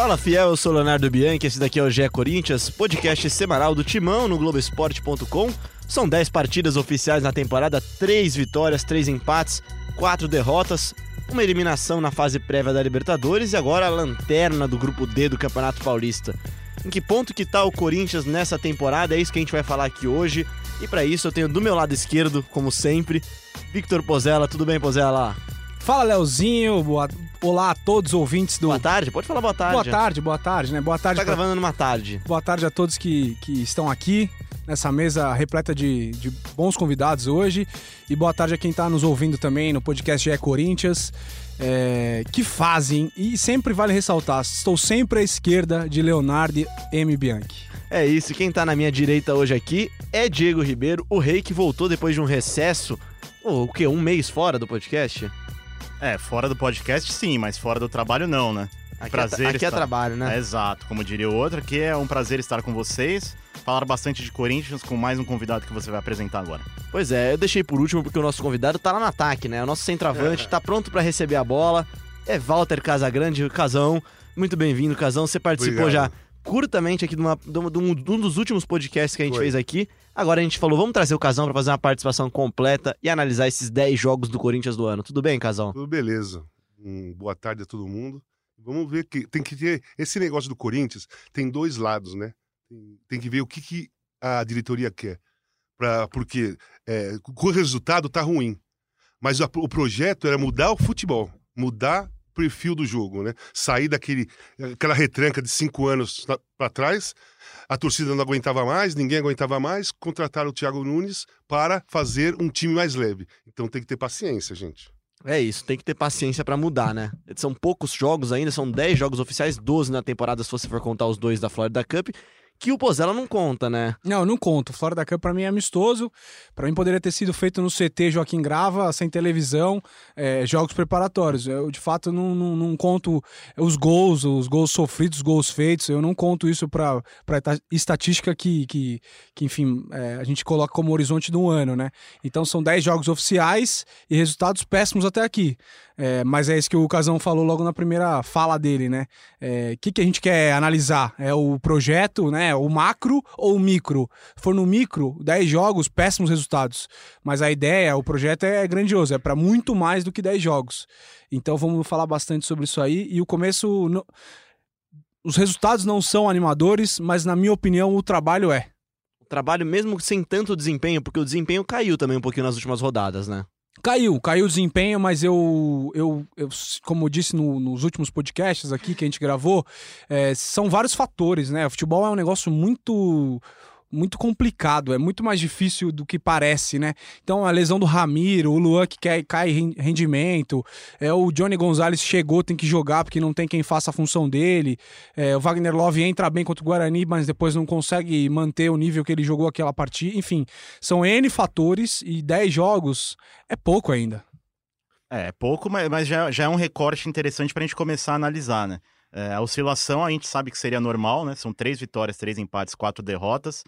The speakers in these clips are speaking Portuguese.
Fala fiel, eu sou Leonardo Bianchi, esse daqui é o GE Corinthians, podcast semanal do Timão no Globoesporte.com. São 10 partidas oficiais na temporada, 3 vitórias, 3 empates, 4 derrotas, uma eliminação na fase prévia da Libertadores e agora a lanterna do grupo D do Campeonato Paulista. Em que ponto que tá o Corinthians nessa temporada? É isso que a gente vai falar aqui hoje. E para isso eu tenho do meu lado esquerdo, como sempre, Victor Pozella. Tudo bem, Pozella? Fala, Leozinho. Olá a todos os ouvintes do... Boa tarde, pode falar boa tarde. Boa tarde, né? Boa tarde. Tá gravando numa tarde. Boa tarde a todos que estão aqui nessa mesa repleta de bons convidados hoje. E boa tarde a quem tá nos ouvindo também no podcast GE Corinthians. Que fazem, e sempre vale ressaltar, estou sempre à esquerda de Leonardo M. Bianchi. É isso, quem tá na minha direita hoje aqui é Diego Ribeiro, o rei que voltou depois de um recesso, um mês fora do podcast? Fora do podcast sim, mas fora do trabalho não, né? Aqui é trabalho, né? Exato, como diria o outro, aqui é um prazer estar com vocês, falar bastante de Corinthians com mais um convidado que você vai apresentar agora. Pois é, eu deixei por último porque o nosso convidado tá lá no ataque, né? O nosso centroavante tá pronto pra receber a bola, é Walter Casagrande, Casão. Muito bem-vindo, Casão, você participou já curtamente aqui de um dos últimos podcasts que a gente fez aqui. Agora a gente falou, vamos trazer o Casão pra fazer uma participação completa e analisar esses 10 jogos do Corinthians do ano. Tudo bem, Casão? Tudo beleza. Boa tarde a todo mundo. Vamos ver que tem que ter... Esse negócio do Corinthians tem dois lados, né? Tem que ver o que a diretoria quer. Porque o resultado tá ruim. Mas o projeto era mudar o futebol, mudar o perfil do jogo, né? Sair aquela retranca de 5 anos para trás, a torcida não aguentava mais, ninguém aguentava mais, contrataram o Thiago Nunes para fazer um time mais leve. Então tem que ter paciência, gente. É isso, tem que ter paciência pra mudar, né? São poucos jogos ainda, são 10 jogos oficiais, 12 na temporada, se você for contar os 2 da Florida Cup, que o Pozella não conta, né? Não conto. Florida Cup pra mim é amistoso. Pra mim poderia ter sido feito no CT Joaquim Grava, sem televisão, jogos preparatórios. Eu, de fato, não conto os gols sofridos, os gols feitos. Eu não conto isso pra estatística que enfim, a gente coloca como horizonte do ano, né? Então são 10 jogos oficiais e resultados péssimos até aqui. Mas é isso que o Casão falou logo na primeira fala dele, né? Que a gente quer analisar? É o projeto, né? O macro ou o micro? Se for no micro, 10 jogos, péssimos resultados. Mas a ideia, o projeto é grandioso, é para muito mais do que 10 jogos. Então vamos falar bastante sobre isso aí. E o começo... Os resultados não são animadores, mas na minha opinião o trabalho é. O trabalho mesmo sem tanto desempenho, porque o desempenho caiu também um pouquinho nas últimas rodadas, né? Caiu o desempenho, mas eu como eu disse nos últimos podcasts aqui que a gente gravou, são vários fatores, né? O futebol é um negócio muito complicado, é muito mais difícil do que parece, né? Então a lesão do Ramiro, o Luan que cai rendimento, o Johnny Gonzalez chegou, tem que jogar porque não tem quem faça a função dele, o Wagner Love entra bem contra o Guarani, mas depois não consegue manter o nível que ele jogou aquela partida, enfim, são N fatores e 10 jogos é pouco ainda. É pouco, mas já é um recorte interessante pra gente começar a analisar, né? A oscilação a gente sabe que seria normal, né? São 3 vitórias, 3 empates, 4 derrotas.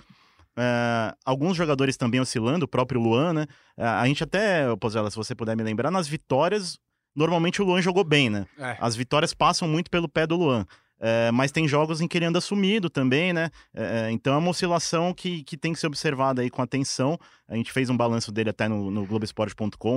Alguns jogadores também oscilando, o próprio Luan, né? A gente até, Pozella, se você puder me lembrar, nas vitórias, normalmente o Luan jogou bem, né? As vitórias passam muito pelo pé do Luan. Mas tem jogos em que ele anda sumido também, né? Então é uma oscilação que tem que ser observada aí com atenção. A gente fez um balanço dele até no Globoesporte.com,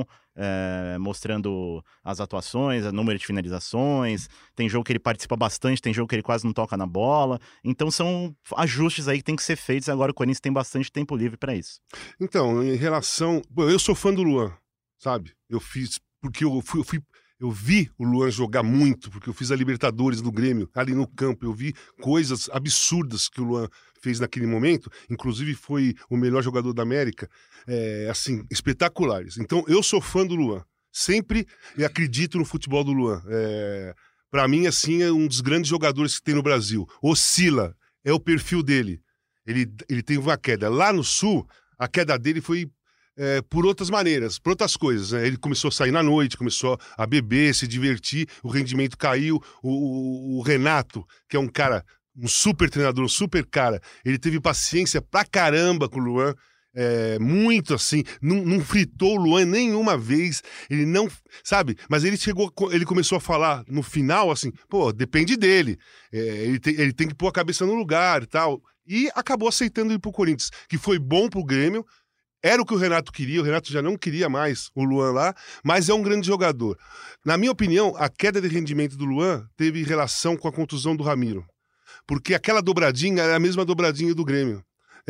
mostrando as atuações, o número de finalizações. Tem jogo que ele participa bastante, tem jogo que ele quase não toca na bola. Então são ajustes aí que tem que ser feitos. Agora o Corinthians tem bastante tempo livre para isso. Então, em relação... Eu sou fã do Luan, sabe? Porque eu vi o Luan jogar muito, porque eu fiz a Libertadores no Grêmio, ali no campo. Eu vi coisas absurdas que o Luan fez naquele momento. Inclusive foi o melhor jogador da América. Assim, espetaculares. Então, eu sou fã do Luan. Sempre acredito no futebol do Luan. Para mim, assim, é um dos grandes jogadores que tem no Brasil. Oscila, é o perfil dele. Ele tem uma queda. Lá no Sul, a queda dele foi... por outras maneiras, por outras coisas, né? Ele começou a sair na noite, começou a beber, se divertir, o rendimento caiu. O Renato, que é um cara, um super treinador, um super cara, ele teve paciência pra caramba com o Luan. muito assim, não fritou o Luan nenhuma vez, ele não, sabe? Mas ele começou a falar no final assim, pô, depende dele, ele tem que pôr a cabeça no lugar e tal, e acabou aceitando ir pro Corinthians, que foi bom pro Grêmio, era o que o Renato queria, o Renato já não queria mais o Luan lá, mas é um grande jogador. Na minha opinião, a queda de rendimento do Luan teve relação com a contusão do Ramiro, porque aquela dobradinha era a mesma dobradinha do Grêmio.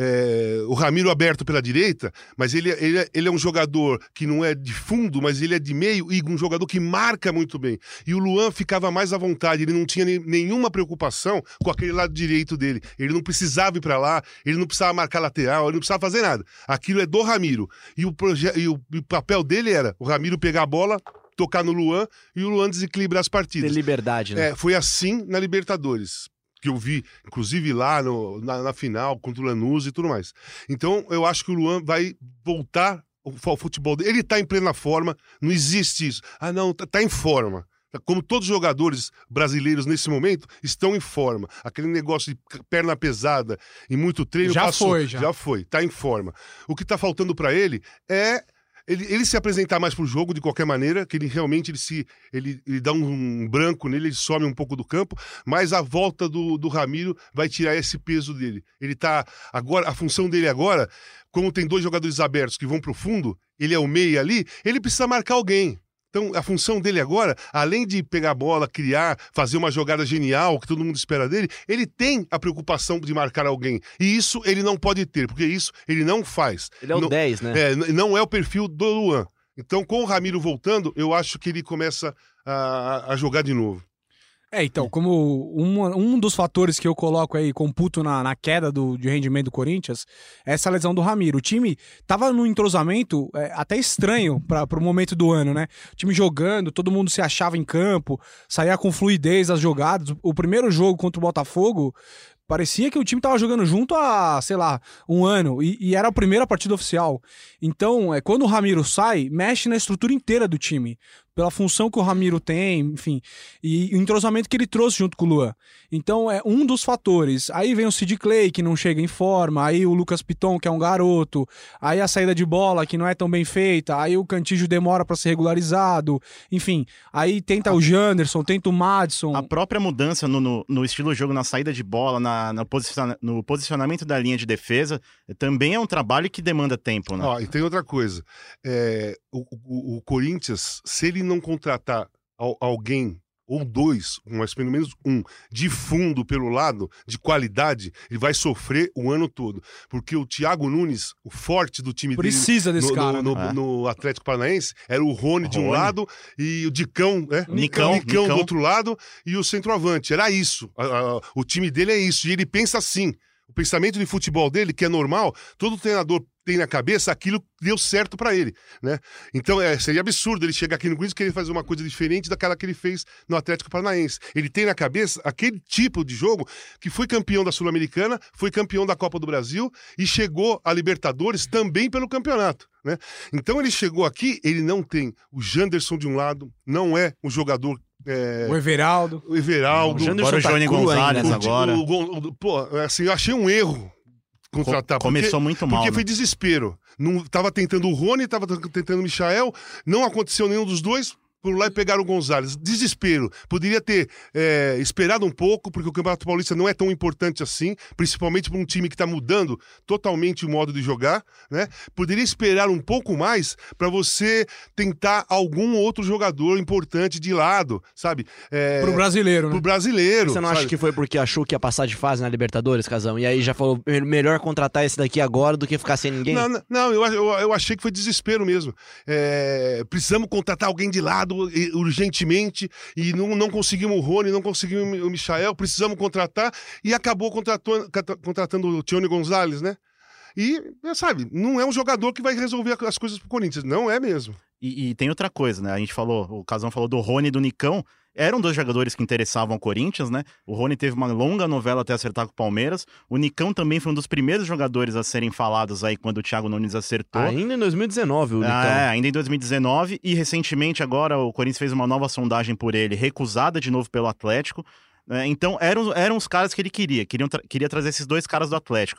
O Ramiro aberto pela direita, mas ele é um jogador que não é de fundo, mas ele é de meio e um jogador que marca muito bem. E o Luan ficava mais à vontade, ele não tinha nenhuma preocupação com aquele lado direito dele. Ele não precisava ir para lá, ele não precisava marcar lateral, ele não precisava fazer nada. Aquilo é do Ramiro. E o papel dele era o Ramiro pegar a bola, tocar no Luan e o Luan desequilibrar as partidas. Ter liberdade, né? Foi assim na Libertadores, que eu vi, inclusive lá na final, contra o Lanús e tudo mais. Então, eu acho que o Luan vai voltar ao futebol dele. Ele tá em plena forma, não existe isso. Ah, não, tá em forma. Como todos os jogadores brasileiros nesse momento estão em forma. Aquele negócio de perna pesada e muito treino passou. Já foi, tá em forma. O que tá faltando para ele é ele se apresentar mais pro jogo de qualquer maneira, que ele realmente ele dá um branco nele, ele some um pouco do campo, mas a volta do Ramiro vai tirar esse peso dele. Ele tá agora, a função dele agora, como tem dois jogadores abertos que vão pro fundo, ele é o meia ali, ele precisa marcar alguém. Então, a função dele agora, além de pegar a bola, criar, fazer uma jogada genial, que todo mundo espera dele, ele tem a preocupação de marcar alguém. E isso ele não pode ter, porque isso ele não faz. Ele é o 10, né? Não é o perfil do Luan. Então, com o Ramiro voltando, eu acho que ele começa a jogar de novo. Então, como um dos fatores que eu coloco aí, computo na queda de rendimento do Corinthians, é essa lesão do Ramiro. O time tava num entrosamento até estranho pro momento do ano, né? O time jogando, todo mundo se achava em campo, saía com fluidez as jogadas. O primeiro jogo contra o Botafogo, parecia que o time tava jogando junto há, sei lá, um ano, e era a primeira partida oficial. Então, quando o Ramiro sai, mexe na estrutura inteira do time, pela função que o Ramiro tem, enfim, e o entrosamento que ele trouxe junto com o Luan. Então, é um dos fatores. Aí vem o Sid Clay, que não chega em forma, aí o Lucas Piton, que é um garoto, aí a saída de bola, que não é tão bem feita, aí o Cantillo demora para ser regularizado, enfim, aí tenta o Janderson, tenta o Madison. A própria mudança no estilo de jogo, na saída de bola, no posicionamento da linha de defesa, também é um trabalho que demanda tempo, né? E tem outra coisa. O Corinthians, se ele não contratar alguém ou dois, mas pelo menos um, de fundo pelo lado, de qualidade, ele vai sofrer o ano todo. Porque o Thiago Nunes, o forte do time precisa desse cara. No Atlético Paranaense, era o Rony de um lado e o Nicão do outro lado e o centroavante. Era isso. O time dele é isso. E ele pensa assim. O pensamento de futebol dele, que é normal, todo treinador tem na cabeça aquilo que deu certo pra ele, né? Então seria absurdo ele chegar aqui no Corinthians e querer fazer uma coisa diferente daquela que ele fez no Atlético Paranaense. Ele tem na cabeça aquele tipo de jogo que foi campeão da Sul-Americana, foi campeão da Copa do Brasil e chegou a Libertadores também pelo campeonato, né? Então ele chegou aqui, ele não tem o Janderson de um lado, não é um jogador... O Everaldo. Agora o Johnny Gonzalez agora. Eu achei um erro contratar. Começou muito mal. Porque foi desespero. Não, tava tentando o Rony, tava tentando o Michael, não aconteceu nenhum dos dois. Por lá e pegaram o Gonzalez. Desespero. Poderia ter esperado um pouco, porque o Campeonato Paulista não é tão importante assim, principalmente para um time que está mudando totalmente o modo de jogar, né? Poderia esperar um pouco mais para você tentar algum outro jogador importante de lado, sabe? Pro brasileiro, né? Pro brasileiro. Você não acha que foi porque achou que ia passar de fase na Libertadores, Casão? E aí já falou, melhor contratar esse daqui agora do que ficar sem ninguém? Não, eu achei que foi desespero mesmo. Precisamos contratar alguém de lado urgentemente e não conseguimos o Rony, não conseguimos o Michael, precisamos contratar e acabou contratando o Johnny Gonzalez, né? E, sabe, não é um jogador que vai resolver as coisas pro Corinthians, não é mesmo. E tem outra coisa, né? O Casão falou do Rony e do Nicão. Eram dois jogadores que interessavam ao Corinthians, né? O Rony teve uma longa novela até acertar com o Palmeiras. O Nicão também foi um dos primeiros jogadores a serem falados aí quando o Thiago Nunes acertou. Ainda em 2019, o Nicão. Ainda em 2019. E recentemente agora o Corinthians fez uma nova sondagem por ele, recusada de novo pelo Atlético. Então eram os caras que ele queria trazer esses dois caras do Atlético.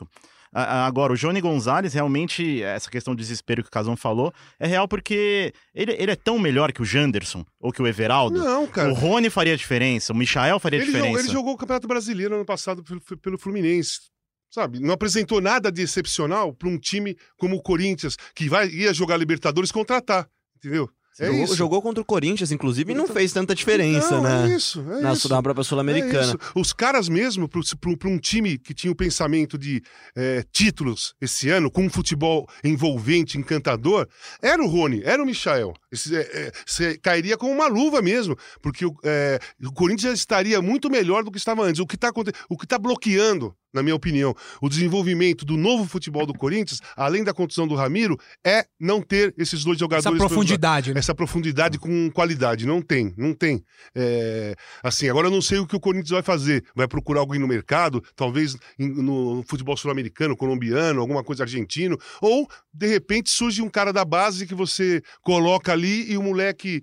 Agora, o Johnny Gonzalez, realmente, essa questão do desespero que o Casão falou, é real porque ele é tão melhor que o Janderson ou que o Everaldo. Não, cara. O Rony faria diferença, o Michael faria diferença. Ele jogou o Campeonato Brasileiro ano passado pelo Fluminense. Sabe, não apresentou nada de excepcional para um time como o Corinthians, que ia jogar Libertadores, contratar, entendeu? Jogou contra o Corinthians, inclusive, e não fez tanta diferença, né? É isso. Na própria Sul-Americana. Os caras mesmo, para um time que tinha o pensamento de títulos esse ano, com um futebol envolvente, encantador, era o Rony, era o Michael. Você cairia com uma luva mesmo, porque o Corinthians já estaria muito melhor do que estava antes. O que está bloqueando, na minha opinião, o desenvolvimento do novo futebol do Corinthians, além da contusão do Ramiro, é não ter esses dois jogadores... Essa profundidade, né? Essa profundidade com qualidade. Não tem. Assim, agora eu não sei o que o Corinthians vai fazer. Vai procurar alguém no mercado, talvez no futebol sul-americano, colombiano, alguma coisa argentino, ou, de repente, surge um cara da base que você coloca ali e o moleque...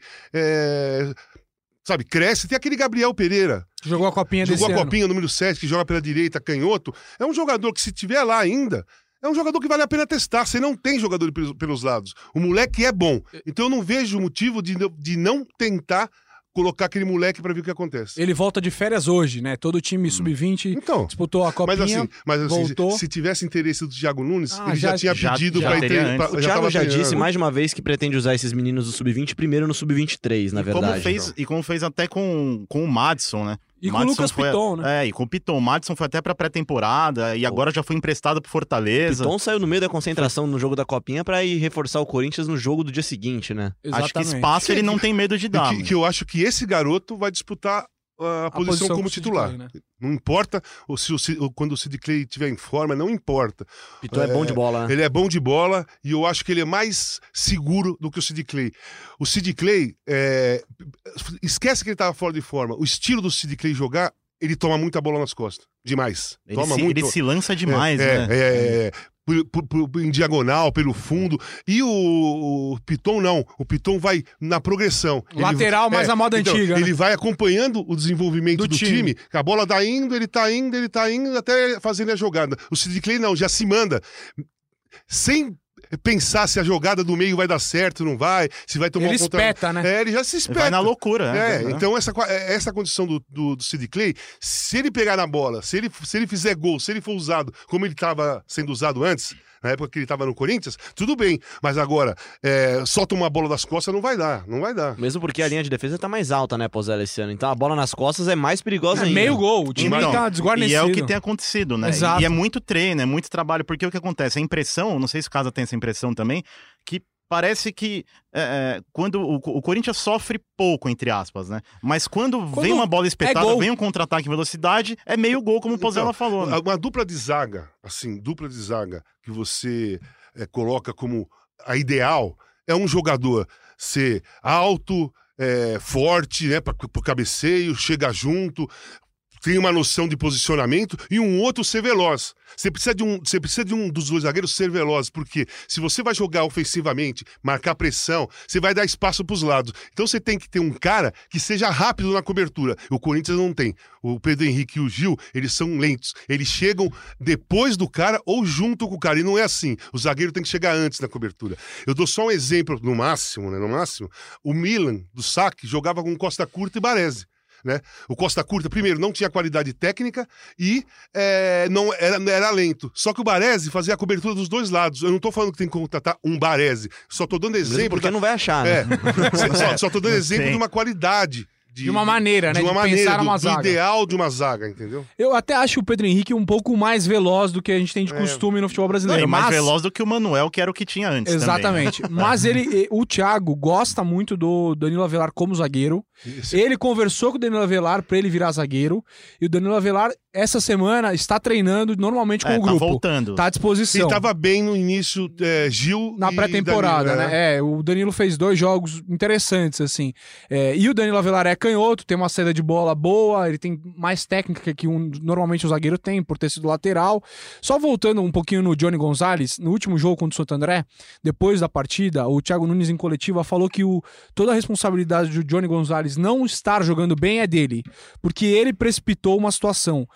Sabe, cresce. Tem aquele Gabriel Pereira. Jogou a copinha desse ano. Jogou a copinha número 7, que joga pela direita, canhoto. É um jogador que, se tiver lá ainda, é um jogador que vale a pena testar. Você não tem jogador pelos lados. O moleque é bom. Então eu não vejo motivo de não tentar colocar aquele moleque pra ver o que acontece. Ele volta de férias hoje, né? Todo o time sub-20 disputou a copinha, voltou. Se tivesse interesse do Thiago Nunes, ele já tinha pedido pra ir ter... O Thiago já disse mais de uma vez que pretende usar esses meninos do sub-20 primeiro no sub-23, na verdade. Como fez até com o Madison, né? E com o Lucas Piton, né? E com o Piton. O Madison foi até pra pré-temporada e agora já foi emprestado pro Fortaleza. Piton saiu no meio da concentração no jogo da Copinha pra ir reforçar o Corinthians no jogo do dia seguinte, né? Exatamente. Acho que espaço ele não tem medo de dar. Que eu acho que esse garoto vai disputar a posição como titular. Clay, né? Não importa quando o Sid Clay estiver em forma, não importa. Piton é bom de bola, né? Ele é bom de bola e eu acho que ele é mais seguro do que o Sid Clay. O Sid Clay, esquece que ele estava fora de forma. O estilo do Sid Clay jogar, ele toma muita bola nas costas. Demais. Ele se lança demais, né? Em diagonal, pelo fundo. E o Piton não. O Piton vai na progressão. Lateral, mais a moda antiga. Ele vai acompanhando o desenvolvimento do time. A bola tá indo, ele tá indo até fazendo a jogada. O Sid Clay não, já se manda. Sem pensar se a jogada do meio vai dar certo, não vai, se vai tomar ele espeta, né? Ele já se espeta. Vai na loucura, né? Então essa condição do Sid Clay, se ele pegar na bola, se ele fizer gol, se ele for usado como ele estava sendo usado antes, na época que ele estava no Corinthians, tudo bem. Mas agora, só tomar a bola das costas não vai dar. Mesmo porque a linha de defesa tá mais alta, né, Pozella, esse ano. Então a bola nas costas é mais perigosa ainda. Meio gol, o time tá desguarnecido. E é o que tem acontecido, né? Exato. E é muito treino, é muito trabalho. Porque o que acontece? A impressão, não sei se o Casa tem essa impressão também, que parece que quando o Corinthians sofre pouco, entre aspas, né? Mas quando vem uma bola espetada, vem um contra-ataque em velocidade, é meio gol, como o Pozella falou. Né? Uma dupla de zaga, que você coloca como a ideal, é um jogador ser alto, forte, né, pro cabeceio, chega junto, tem uma noção de posicionamento, e um outro ser veloz. Você precisa de um dos dois zagueiros ser veloz, porque se você vai jogar ofensivamente, marcar pressão, você vai dar espaço para os lados. Então você tem que ter um cara que seja rápido na cobertura. O Corinthians não tem. O Pedro Henrique e o Gil, eles são lentos. Eles chegam depois do cara ou junto com o cara. E não é assim. O zagueiro tem que chegar antes na cobertura. Eu dou só um exemplo, no máximo. O Milan, do saque, jogava com Costa Curta e Baresi. Né? O Costa Curta, primeiro, não tinha qualidade técnica e não era lento. Só que o Baresi fazia a cobertura dos dois lados. Eu não tô falando que tem que contratar um Baresi. Só tô dando exemplo. Mesmo porque não vai achar, né? Só tô dando exemplo de uma qualidade. De uma maneira, né? Pensar uma zaga. Do ideal de uma zaga, entendeu? Eu até acho o Pedro Henrique um pouco mais veloz do que a gente tem de costume no futebol brasileiro. E mais veloz do que o Manuel, que era o que tinha antes. Exatamente. Também, né? Mas o Thiago gosta muito do Danilo Avelar como zagueiro. Isso. Ele conversou com o Danilo Avelar pra ele virar zagueiro. E o Danilo Avelar, essa semana, está treinando normalmente com o grupo. Tá voltando. Tá à disposição. Ele tava bem no início, Gil na pré-temporada, né? O Danilo fez 2 jogos interessantes, assim. E o Danilo Avelar é canhoto, tem uma saída de bola boa, ele tem mais técnica que normalmente o zagueiro tem, por ter sido lateral. Só voltando um pouquinho no Johnny Gonzalez, no último jogo contra o Santo André, depois da partida, o Thiago Nunes em coletiva falou que toda a responsabilidade do Johnny Gonzalez não estar jogando bem é dele, porque ele precipitou uma situação.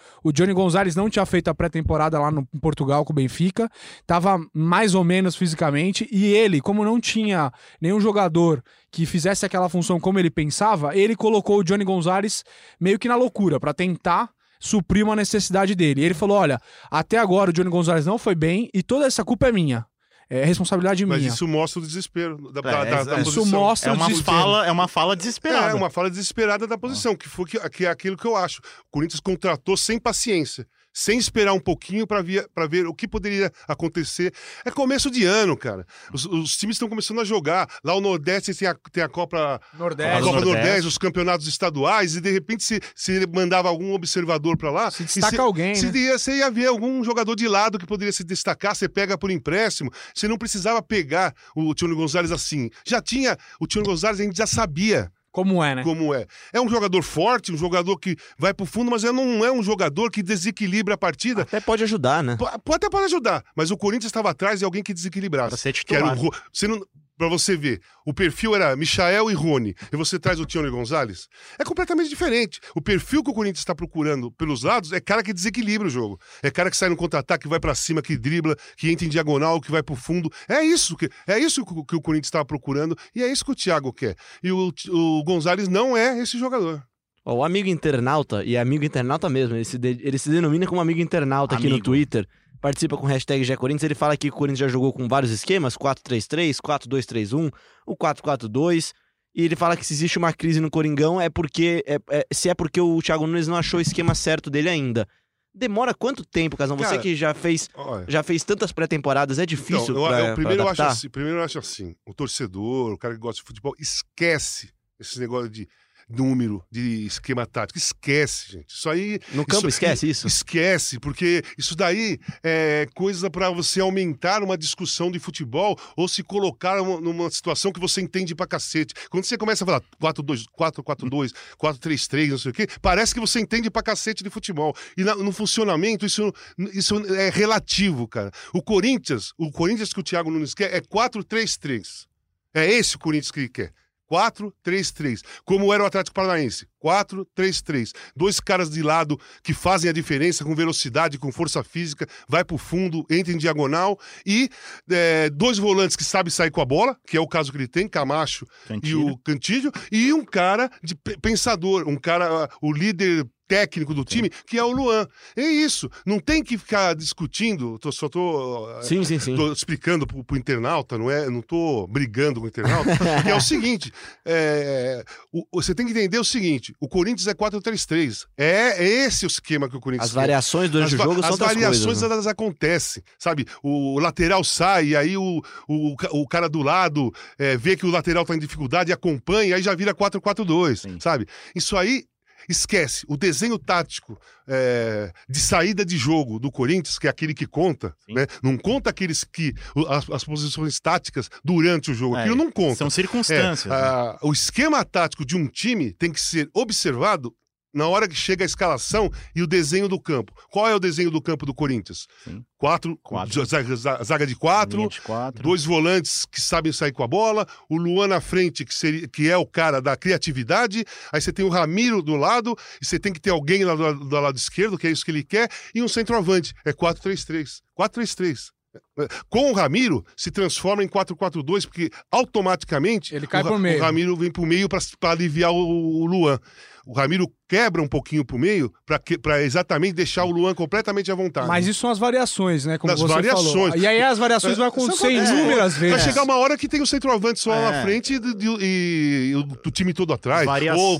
O Johnny Gonzalez não tinha feito a pré-temporada lá no Portugal com o Benfica, tava mais ou menos fisicamente, e ele, como não tinha nenhum jogador que fizesse aquela função como ele pensava, ele colocou o Johnny Gonzalez meio que na loucura, pra tentar suprir uma necessidade dele. E ele falou, olha, até agora o Johnny Gonzalez não foi bem e toda essa culpa é minha. É responsabilidade minha. Mas isso mostra o desespero da Isso posição. mostra É o uma desespero. é uma fala desesperada. É uma fala desesperada da posição, que é aquilo que eu acho. O Corinthians contratou sem paciência, sem esperar um pouquinho para ver o que poderia acontecer. É começo de ano, cara. Os times estão começando a jogar. Lá o Nordeste tem a Copa Nordeste, os campeonatos estaduais, e de repente se mandava algum observador para lá. Se destaca alguém, né? Você ia ver algum jogador de lado que poderia se destacar, você pega por empréstimo. Você não precisava pegar o Johnny Gonzalez assim. Já tinha o Johnny Gonzalez, a gente já sabia. Como é, né? Como é. É um jogador forte, um jogador que vai pro fundo, mas não é um jogador que desequilibra a partida. Até pode ajudar, né? Até pode ajudar, mas o Corinthians estava atrás de alguém que desequilibrasse. Pra ser Que era titular. Pra você ver, o perfil era Michael e Rony, e você traz o Johnny Gonzalez, é completamente diferente. O perfil que o Corinthians está procurando pelos lados é cara que desequilibra o jogo. É cara que sai no contra-ataque, que vai pra cima, que dribla, que entra em diagonal, que vai pro fundo. É isso que o Corinthians estava procurando, e é isso que o Thiago quer. E o Gonzalez não é esse jogador. Ó, o amigo internauta, e é amigo internauta mesmo, ele se denomina como amigo internauta aqui no Twitter, participa com o hashtag GéCorinthians, ele fala que o Corinthians já jogou com vários esquemas, 4-3-3, 4-2-3-1, o 4-4-2, e ele fala que se existe uma crise no Coringão é porque o Thiago Nunes não achou o esquema certo dele ainda. Demora quanto tempo, Casão? Você que já fez tantas pré-temporadas, é difícil primeiro adaptar? Eu acho assim, o torcedor, o cara que gosta de futebol, esquece esse negócio de número, de esquema tático. Esquece, gente. Isso aí... No campo esquece isso? Esquece, porque isso daí é coisa para você aumentar uma discussão de futebol ou se colocar numa situação que você entende pra cacete. Quando você começa a falar 4-2, 4-4-2, 4-3-3, não sei o quê, parece que você entende pra cacete de futebol. E no funcionamento, isso é relativo, cara. O Corinthians que o Thiago Nunes quer é 4-3-3. É esse o Corinthians que ele quer. 4-3-3, como era o Atlético Paranaense, 4-3-3, 2 caras de lado que fazem a diferença com velocidade, com força física, vai pro fundo, entra em diagonal, e 2 volantes que sabem sair com a bola, que é o caso que ele tem, Camacho e o Cantillo, e um cara de pensador, o líder técnico do time, que é o Luan. É isso. Não tem que ficar discutindo, só tô explicando pro internauta, não tô brigando com o internauta, que é o seguinte, você tem que entender o seguinte, o Corinthians é 4-3-3. É esse o esquema que o Corinthians As variações durante o jogo são outras coisas. As variações, elas acontecem, sabe? O lateral sai, aí o cara do lado vê que o lateral tá em dificuldade e acompanha, aí já vira 4-4-2, sabe? Isso aí esquece. O desenho tático de saída de jogo do Corinthians, que é aquele que conta, né? Não conta aqueles que... As posições táticas durante o jogo. Aquilo não conta. São circunstâncias. O esquema tático de um time tem que ser observado na hora que chega a escalação e o desenho do campo. Qual é o desenho do campo do Corinthians? 4. Zaga de 4, 2 volantes que sabem sair com a bola, o Luan na frente, que é o cara da criatividade, aí você tem o Ramiro do lado, e você tem que ter alguém lá do lado esquerdo, que é isso que ele quer, e um centroavante. É 4-3-3. 4-3-3. Com o Ramiro, se transforma em 4-4-2, porque automaticamente ele cai pro meio. O Ramiro vem pro meio para aliviar o Luan. O Ramiro quebra um pouquinho pro meio para exatamente deixar o Luan completamente à vontade. Mas isso são as variações, né? Como das você variações. Falou. E aí as variações vão acontecer inúmeras vezes. Vai chegar uma hora que tem o centroavante só na frente e o time todo atrás. Ou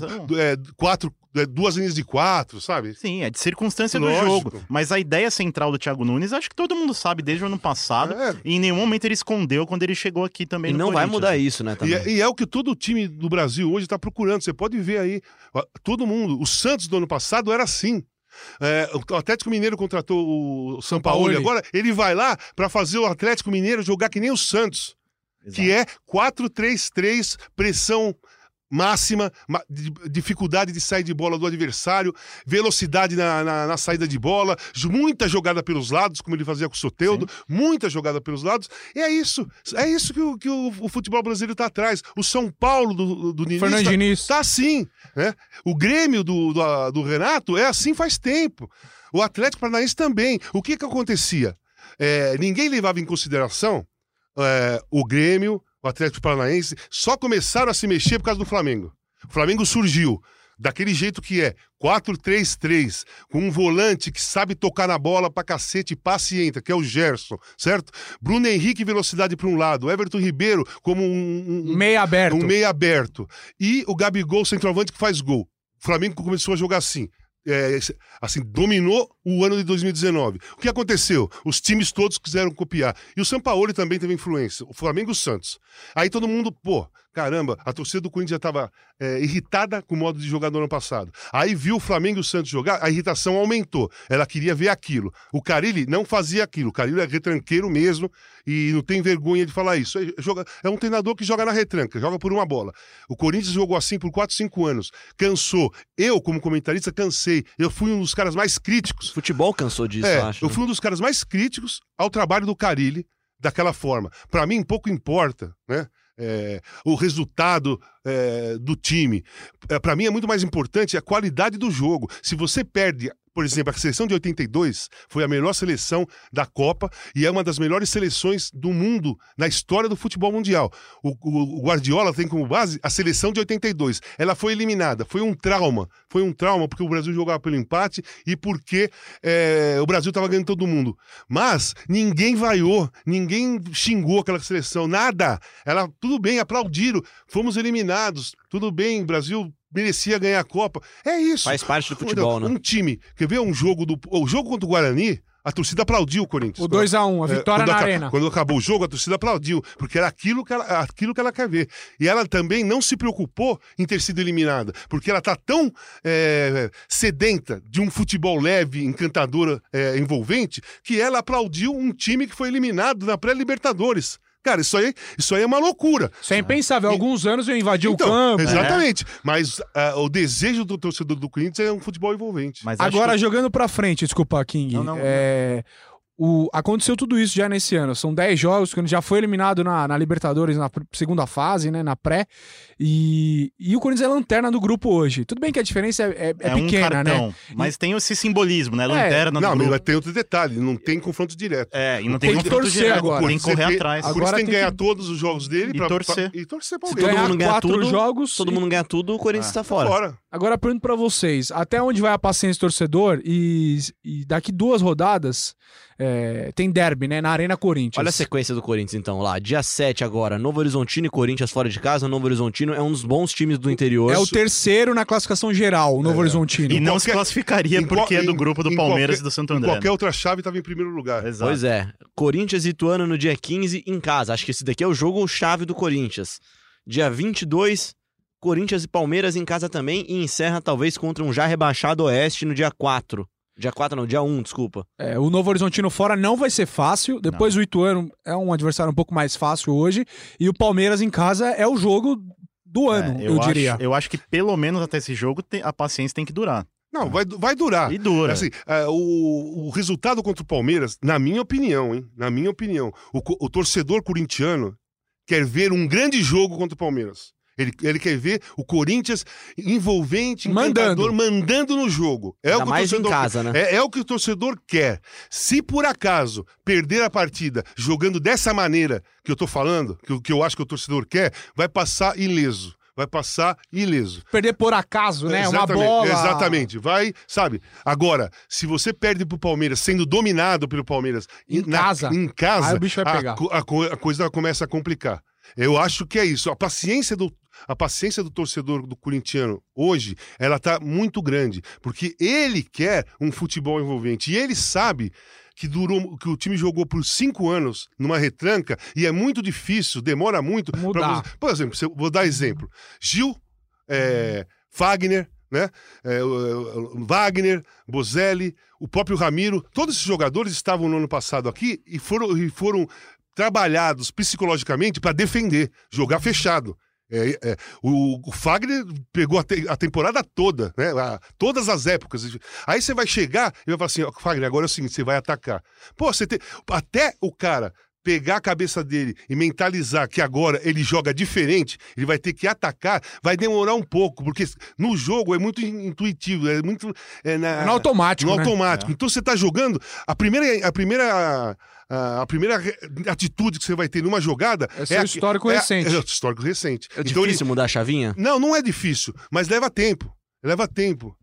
2 linhas de 4, sabe? Sim, é de circunstância do jogo. Mas a ideia central do Thiago Nunes, acho que todo mundo sabe desde o ano passado. E em nenhum momento ele escondeu quando ele chegou aqui também. E não vai mudar isso, né? E é o que todo time do Brasil hoje está procurando. Você pode ver aí, todo mundo. O Santos do ano passado era assim. O Atlético Mineiro contratou o Sampaoli. Agora ele vai lá para fazer o Atlético Mineiro jogar que nem o Santos. Exato. Que é 4-3-3, pressão máxima, dificuldade de sair de bola do adversário, velocidade na saída de bola, muita jogada pelos lados, como ele fazia com o Soteldo, muita jogada pelos lados. E é isso que o futebol brasileiro está atrás. O São Paulo do Diniz está assim, né? O Grêmio do Renato é assim faz tempo. O Atlético Paranaense também. O que acontecia? Ninguém levava em consideração o Grêmio, o Atlético Paranaense, só começaram a se mexer por causa do Flamengo. O Flamengo surgiu daquele jeito que é 4-3-3, com um volante que sabe tocar na bola pra cacete, passe e entra, que é o Gerson, certo? Bruno Henrique, velocidade para um lado, Everton Ribeiro como um meia aberto. E o Gabigol, centroavante, que faz gol. O Flamengo começou a jogar assim. Dominou o ano de 2019. O que aconteceu? Os times todos quiseram copiar. E o Sampaoli também teve influência. O Flamengo e o Santos. Aí todo mundo, caramba, a torcida do Corinthians já estava irritada com o modo de jogar do ano passado. Aí viu o Flamengo e o Santos jogar, a irritação aumentou. Ela queria ver aquilo. O Carille não fazia aquilo. O Carille é retranqueiro mesmo e não tem vergonha de falar isso. É um treinador que joga na retranca, joga por uma bola. O Corinthians jogou assim por 4, 5 anos. Cansou. Eu, como comentarista, cansei. Eu fui um dos caras mais críticos. O futebol cansou disso, eu acho. Eu fui um dos caras mais críticos ao trabalho do Carille daquela forma. Para mim, pouco importa, né? O resultado do time. Para mim é muito mais importante a qualidade do jogo. Se você perde, por exemplo, a seleção de 82 foi a melhor seleção da Copa e é uma das melhores seleções do mundo na história do futebol mundial. O Guardiola tem como base a seleção de 82. Ela foi eliminada. Foi um trauma porque o Brasil jogava pelo empate e porque o Brasil estava ganhando todo mundo. Mas ninguém vaiou, ninguém xingou aquela seleção, nada. Tudo bem, aplaudiram. Fomos eliminados. Tudo bem, o Brasil merecia ganhar a Copa. É isso. Faz parte do futebol, né? Um time, quer ver o jogo contra o Guarani, a torcida aplaudiu o Corinthians. O 2-1, a vitória na arena. Quando acabou o jogo, a torcida aplaudiu, porque era aquilo que ela quer ver. E ela também não se preocupou em ter sido eliminada, porque ela está tão sedenta de um futebol leve, encantador, envolvente, que ela aplaudiu um time que foi eliminado na pré-Libertadores. Cara, isso aí é uma loucura. Isso é impensável. Há alguns anos eu invadi o campo. Exatamente. Mas o desejo do torcedor do Corinthians é um futebol envolvente. Mas agora, jogando pra frente, desculpa, King. Não. Aconteceu tudo isso já nesse ano. São 10 jogos, que já foi eliminado na Libertadores, na segunda fase, né, na pré. E o Corinthians é lanterna do grupo hoje. Tudo bem que a diferença é pequena, um cartão, né? Mas tem esse simbolismo, né? Lanterna do grupo. Mas tem outro detalhe, não tem confronto direto. E não tem confronto torcer direto. agora. Tem que correr atrás. Por isso tem que ganhar todos os jogos dele e torcer. E torcer pra Se alguém. ganhar todo mundo ganhar 4 tudo, jogos... Todo mundo ganhar tudo, o Corinthians tá fora. Agora, pergunto pra vocês, até onde vai a paciência do torcedor? E daqui 2 rodadas, tem derby, né? Na Arena Corinthians. Olha a sequência do Corinthians, então, lá. Dia 7 agora, Novo Horizontino e Corinthians fora de casa. Novo Horizontino é um dos bons times do interior. É o terceiro na classificação geral, o Novo Horizontino. E não se classificaria porque é do grupo do Palmeiras e do Santo André. Qualquer outra chave estava em primeiro lugar. Exato. Pois é. Corinthians e Ituano no dia 15 em casa. Acho que esse daqui é o jogo-chave do Corinthians. Dia 22, Corinthians e Palmeiras em casa também. E encerra talvez contra um já rebaixado Oeste no dia 4. Dia 4 não, dia 1, desculpa. O Novo Horizontino fora não vai ser fácil. Depois o Ituano é um adversário um pouco mais fácil hoje. E o Palmeiras em casa é o jogo do ano, eu diria. Eu acho que pelo menos até esse jogo a paciência tem que durar. Não, vai durar. E dura. Assim, o resultado contra o Palmeiras, na minha opinião, o torcedor corintiano quer ver um grande jogo contra o Palmeiras. Ele quer ver o Corinthians envolvente, encantador, mandando no jogo. Ainda mais em casa, né? É o que o torcedor quer. Se por acaso perder a partida jogando dessa maneira que eu tô falando, que eu acho que o torcedor quer, vai passar ileso. Perder por acaso, né? Exatamente, uma bola. Exatamente. Vai, sabe? Agora, se você perde pro Palmeiras, sendo dominado pelo Palmeiras em casa, aí o bicho vai pegar. A coisa começa a complicar. Eu acho que é isso. A paciência do torcedor do corintiano hoje, ela tá muito grande, porque ele quer um futebol envolvente e ele sabe que o time jogou por 5 anos numa retranca e é muito difícil, demora muito. Por exemplo, vou dar exemplo. Gil, Fagner, né? Wagner, Bozelli, o próprio Ramiro, todos esses jogadores estavam no ano passado aqui e foram trabalhados psicologicamente para defender, jogar fechado. O Fagner pegou a temporada toda, né? Todas as épocas. Aí você vai chegar e vai falar assim, Fagner, agora é o seguinte, você vai atacar. Pô, até o cara pegar a cabeça dele e mentalizar que agora ele joga diferente, ele vai ter que atacar, vai demorar um pouco, porque no jogo é muito intuitivo, é muito... no automático, no né? automático. Então você tá jogando, a primeira atitude que você vai ter numa jogada... É seu histórico recente. É o histórico recente. É Então difícil mudar a chavinha? Não é difícil, mas leva tempo. Leva tempo.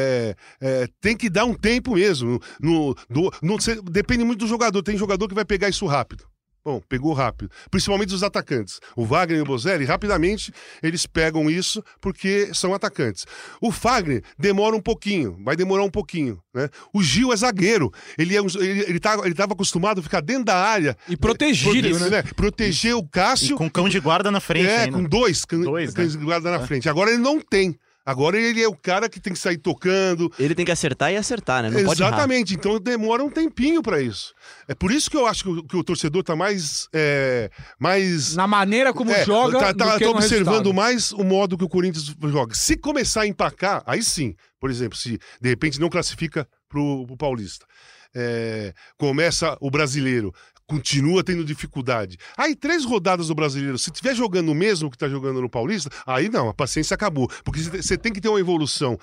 Tem que dar um tempo mesmo. Depende muito do jogador. Tem jogador que vai pegar isso rápido. Bom, pegou rápido. Principalmente os atacantes. O Wagner e o Bozelli, rapidamente, eles pegam isso porque são atacantes. O Fagner demora um pouquinho, vai demorar um pouquinho, né? O Gil é zagueiro. Ele estava acostumado a ficar dentro da área. E protegido, né? Proteger o Cássio. E com cão de guarda na frente ainda. Com dois cães de guarda na frente. Agora ele não tem. Agora ele é o cara que tem que sair tocando. Ele tem que acertar e acertar, né? Não pode errar. Exatamente, então demora um tempinho pra isso. É por isso que eu acho que o torcedor tá mais... Na maneira como joga tá do que no observando resultado. mais o modo que o Corinthians joga. Se começar a empacar, aí sim. Por exemplo, se de repente não classifica pro Paulista. Começa o Brasileiro, continua tendo dificuldade. Aí 3 rodadas do Brasileiro, se estiver jogando o mesmo que está jogando no Paulista, aí não, a paciência acabou. Porque você tem que ter uma evolução.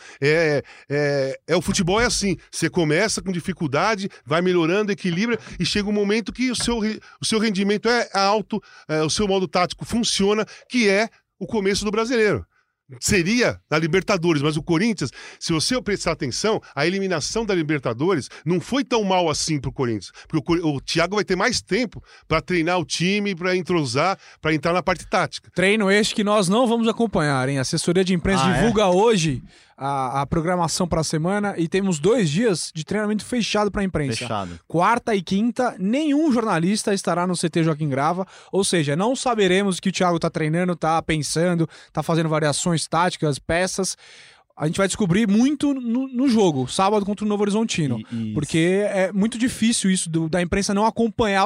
O futebol é assim, você começa com dificuldade, vai melhorando, equilibra, e chega um momento que o seu rendimento é alto, o seu modo tático funciona, que é o começo do Brasileiro. Seria na Libertadores, mas o Corinthians, se você prestar atenção, a eliminação da Libertadores não foi tão mal assim pro Corinthians, porque o Thiago vai ter mais tempo para treinar o time, para entrosar, para entrar na parte tática. Treino este que nós não vamos acompanhar, hein? A assessoria de imprensa divulga hoje a programação para a semana e temos 2 dias de treinamento fechado para a imprensa. Fechado. Quarta e quinta, nenhum jornalista estará no CT Joaquim Grava, ou seja, não saberemos o que o Thiago tá treinando, tá pensando, tá fazendo variações táticas, peças. A gente vai descobrir muito no jogo, sábado contra o Novo Horizontino, porque é muito difícil isso da imprensa não acompanhar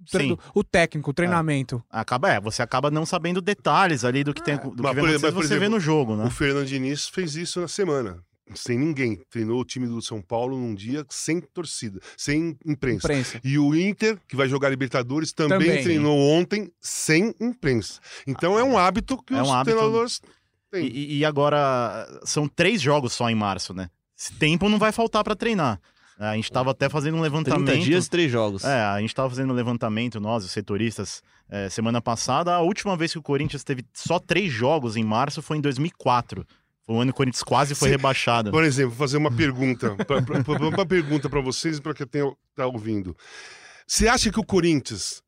o técnico, o treinamento. Você acaba não sabendo detalhes ali do que tem, do que você vê no jogo, né? O Fernando Diniz fez isso na semana. Sem ninguém. Treinou o time do São Paulo num dia sem torcida, sem imprensa. E o Inter, que vai jogar Libertadores, também treinou ontem sem imprensa. Então é um hábito que os treinadores... E agora, são 3 jogos só em março, né? Esse tempo não vai faltar pra treinar. A gente tava até fazendo um levantamento... 30 dias, 3 jogos. A gente tava fazendo um levantamento, nós, os setoristas, semana passada. A última vez que o Corinthians teve só 3 jogos em março foi em 2004. Foi um ano que o Corinthians quase foi rebaixado. Por exemplo, vou fazer uma pergunta. Uma pergunta pra vocês e pra quem tá ouvindo. Você acha que o Corinthians,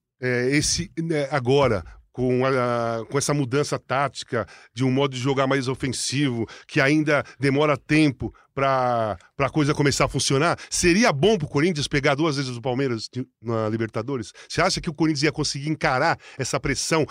agora... Com essa mudança tática, de um modo de jogar mais ofensivo, que ainda demora tempo para a coisa começar a funcionar, seria bom pro Corinthians pegar 2 vezes o Palmeiras na Libertadores? Você acha que o Corinthians ia conseguir encarar essa pressão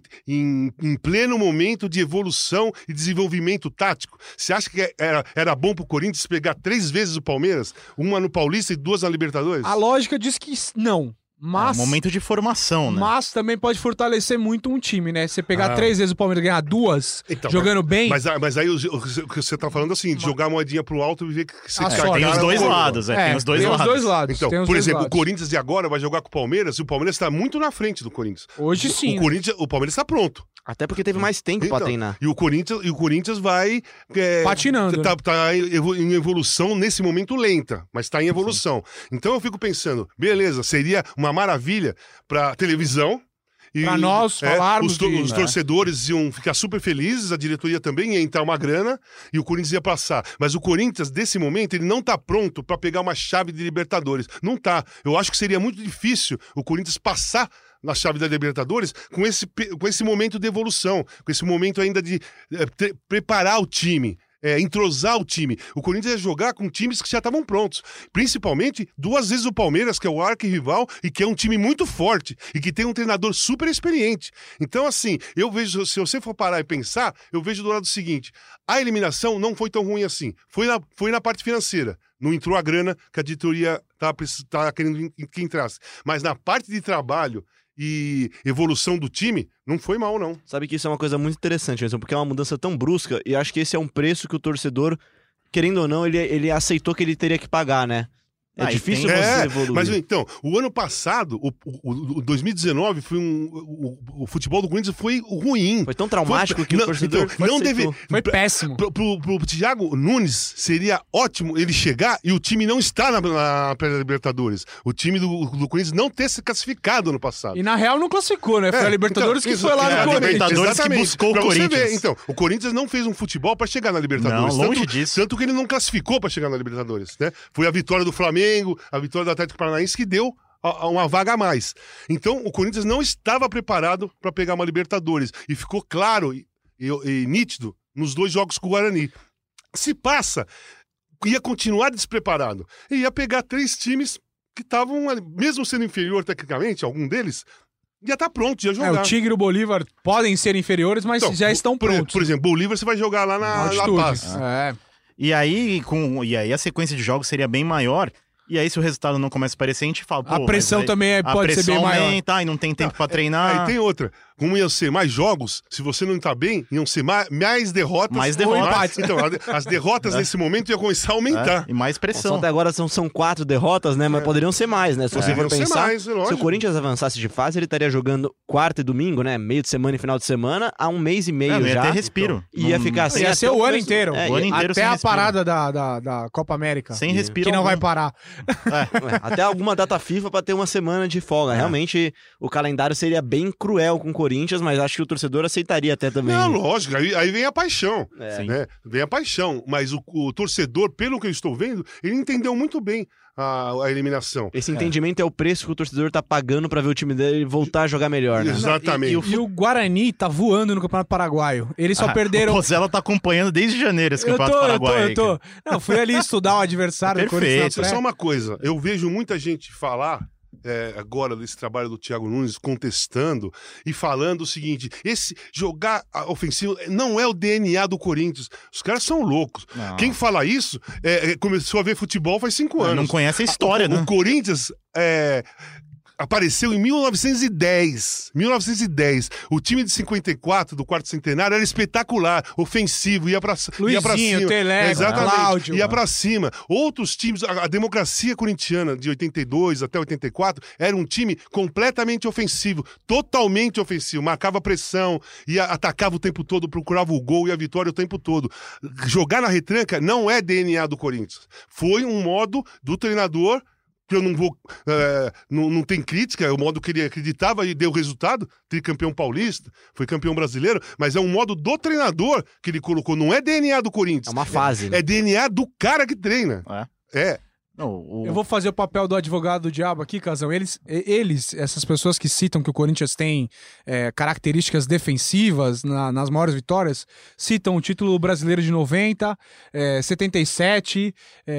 em pleno momento de evolução e desenvolvimento tático? Você acha que era bom pro Corinthians pegar 3 vezes o Palmeiras, uma no Paulista e 2 na Libertadores? A lógica diz que não. Mas, momento de formação, né? Mas também pode fortalecer muito um time, né? Você pegar 3 vezes o Palmeiras e ganhar 2, então, jogando bem... Mas aí o que você tá falando assim, de jogar a moedinha pro alto e ver que você tem os dois lados, tem os dois lados. Então, por exemplo, o Corinthians de agora vai jogar com o Palmeiras e o Palmeiras tá muito na frente do Corinthians. Hoje sim. O Palmeiras tá pronto. Até porque teve mais tempo pra treinar. E o Corinthians vai... patinando. Tá em evolução nesse momento lenta, mas tá em evolução. Sim. Então eu fico pensando, beleza, seria uma maravilha pra televisão. Pra nós falarmos os torcedores iam ficar super felizes, a diretoria também ia entrar uma grana e o Corinthians ia passar. Mas o Corinthians, desse momento, ele não tá pronto pra pegar uma chave de Libertadores. Não tá. Eu acho que seria muito difícil o Corinthians passar na chave da Libertadores com esse momento de evolução, com esse momento ainda de preparar o time. Entrosar o time. O Corinthians ia jogar com times que já estavam prontos. Principalmente 2 vezes o Palmeiras, que é o arquirrival e que é um time muito forte e que tem um treinador super experiente. Então, assim, eu vejo, se você for parar e pensar, eu vejo do lado seguinte: a eliminação não foi tão ruim assim. Foi na parte financeira. Não entrou a grana que a diretoria tá querendo que entrasse. Mas na parte de trabalho e evolução do time, não foi mal, não. Sabe que isso é uma coisa muito interessante, Anderson, porque é uma mudança tão brusca e acho que esse é um preço que o torcedor, querendo ou não, ele aceitou que ele teria que pagar, né? É difícil você evoluir. Mas então, o ano passado, o 2019, foi o futebol do Corinthians foi ruim. Foi tão traumático que o torcedor foi péssimo. Pro Thiago Nunes seria ótimo ele chegar e o time não estar na pré-Libertadores. O time do Corinthians não ter se classificado ano passado. E na real não classificou, né? Foi a Libertadores que foi lá no Corinthians. Libertadores que buscou o Corinthians. Você ver. Então, o Corinthians não fez um futebol para chegar na Libertadores. Não, longe disso. Tanto que ele não classificou para chegar na Libertadores, né? Foi a vitória do Flamengo, a vitória do Atlético Paranaense que deu uma vaga a mais. Então, o Corinthians não estava preparado para pegar uma Libertadores. E ficou claro e nítido nos 2 jogos com o Guarani. Se passa, ia continuar despreparado. E ia pegar 3 times que estavam, mesmo sendo inferior tecnicamente, algum deles, ia estar pronto, ia jogar. O Tigre e o Bolívar podem ser inferiores, mas então, já estão prontos. Por exemplo, Bolívar você vai jogar lá na La Paz. E aí a sequência de jogos seria bem maior. E aí, se o resultado não começa a aparecer, a gente fala... A pressão também pode ser bem maior. Aumenta, e não tem tempo pra treinar. Aí tem outra. Como iam ser mais jogos, se você não tá bem, iam ser mais derrotas. Mais derrotas. Então, as derrotas nesse momento iam começar a aumentar. E mais pressão. Só até agora são 4 derrotas, né? Mas poderiam ser mais, né? Se você for pensar, mais, se o Corinthians avançasse de fase, ele estaria jogando quarta e domingo, né? Meio de semana e final de semana, há 1 mês e meio já. Ia ter respiro. Então, ia ficar assim. Ia ser o ano inteiro. O ano inteiro até a parada da Copa América. Sem respiro. Que não vai parar. Até alguma data FIFA pra ter uma semana de folga. Realmente, o calendário seria bem cruel com o Corinthians, mas acho que o torcedor aceitaria até também. Não, lógico, aí vem a paixão. Né? Vem a paixão. Mas o torcedor, pelo que eu estou vendo, ele entendeu muito bem a eliminação. Esse entendimento é o preço que o torcedor tá pagando pra ver o time dele voltar a jogar melhor, né? Exatamente. E o Guarani tá voando no Campeonato Paraguaio. Eles só perderam... O Pozella tá acompanhando desde janeiro esse Campeonato Paraguaio. Eu tô. Não, fui ali estudar o adversário do Corinthians. Só uma coisa, eu vejo muita gente falar agora desse trabalho do Thiago Nunes contestando e falando o seguinte: esse jogar ofensivo não é o DNA do Corinthians. Os caras são loucos. Não. Quem fala isso começou a ver futebol faz 5 anos. Não conhece a história, né? O Corinthians apareceu em 1910. O time de 54 do quarto centenário era espetacular, ofensivo, ia pra cima. Telé, exatamente. Cláudio, ia pra cima. Outros times, a democracia corintiana de 82 até 84 era um time completamente ofensivo, totalmente ofensivo, marcava pressão, atacava o tempo todo, procurava o gol e a vitória o tempo todo. Jogar na retranca não é DNA do Corinthians. Foi um modo do treinador que eu não vou... não tem crítica, é o modo que ele acreditava e deu resultado, tricampeão paulista, foi campeão brasileiro, mas é um modo do treinador que ele colocou, não é DNA do Corinthians. É uma fase. É DNA do cara que treina. Eu vou fazer o papel do advogado do diabo aqui, Casão. Eles, essas pessoas que citam que o Corinthians tem características defensivas nas maiores vitórias, citam o título brasileiro de 90, 77,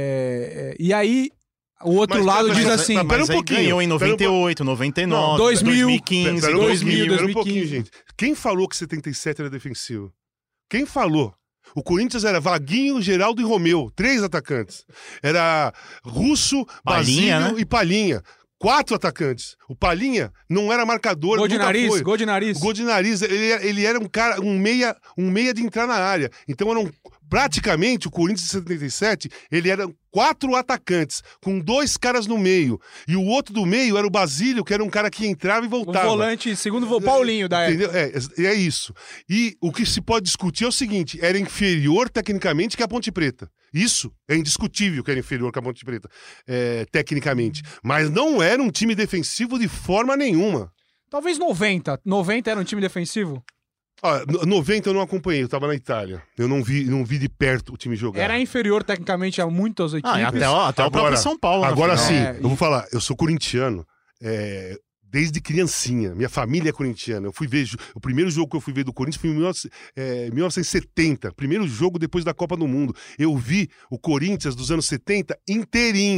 e aí... O outro lado diz assim... Mas aí ganhou em 98, 99, 2000, 2015, Pera 2000. um pouquinho, gente. Quem falou que 77 era defensivo? Quem falou? O Corinthians era Vaguinho, Geraldo e Romeu, 3 atacantes. Era Russo, Palhinha, Basílio, né? E Palhinha. 4 atacantes. O Palhinha não era marcador. Gol de nariz, foi. gol de nariz. Gol de nariz. Ele era um cara, um meia de entrar na área. Então eram praticamente o Corinthians de 77, ele era 4 atacantes, com 2 caras no meio. E o outro do meio era o Basílio, que era um cara que entrava e voltava. O volante, segundo Paulinho da época. É isso. E o que se pode discutir é o seguinte: era inferior tecnicamente que a Ponte Preta. Isso é indiscutível que era inferior que a Ponte Preta, tecnicamente. Mas não era um time defensivo de forma nenhuma. Talvez 90. 90 era um time defensivo? 90 eu não acompanhei, eu tava na Itália. Eu não vi de perto o time jogar. Era inferior tecnicamente a muitas equipes. Até o próprio São Paulo. Agora sim, eu vou falar, eu sou corintiano. Desde criancinha, minha família é corintiana. Eu fui ver, o primeiro jogo que eu fui ver do Corinthians foi em 1970, primeiro jogo depois da Copa do Mundo. Eu vi o Corinthians dos anos 70 inteirinho.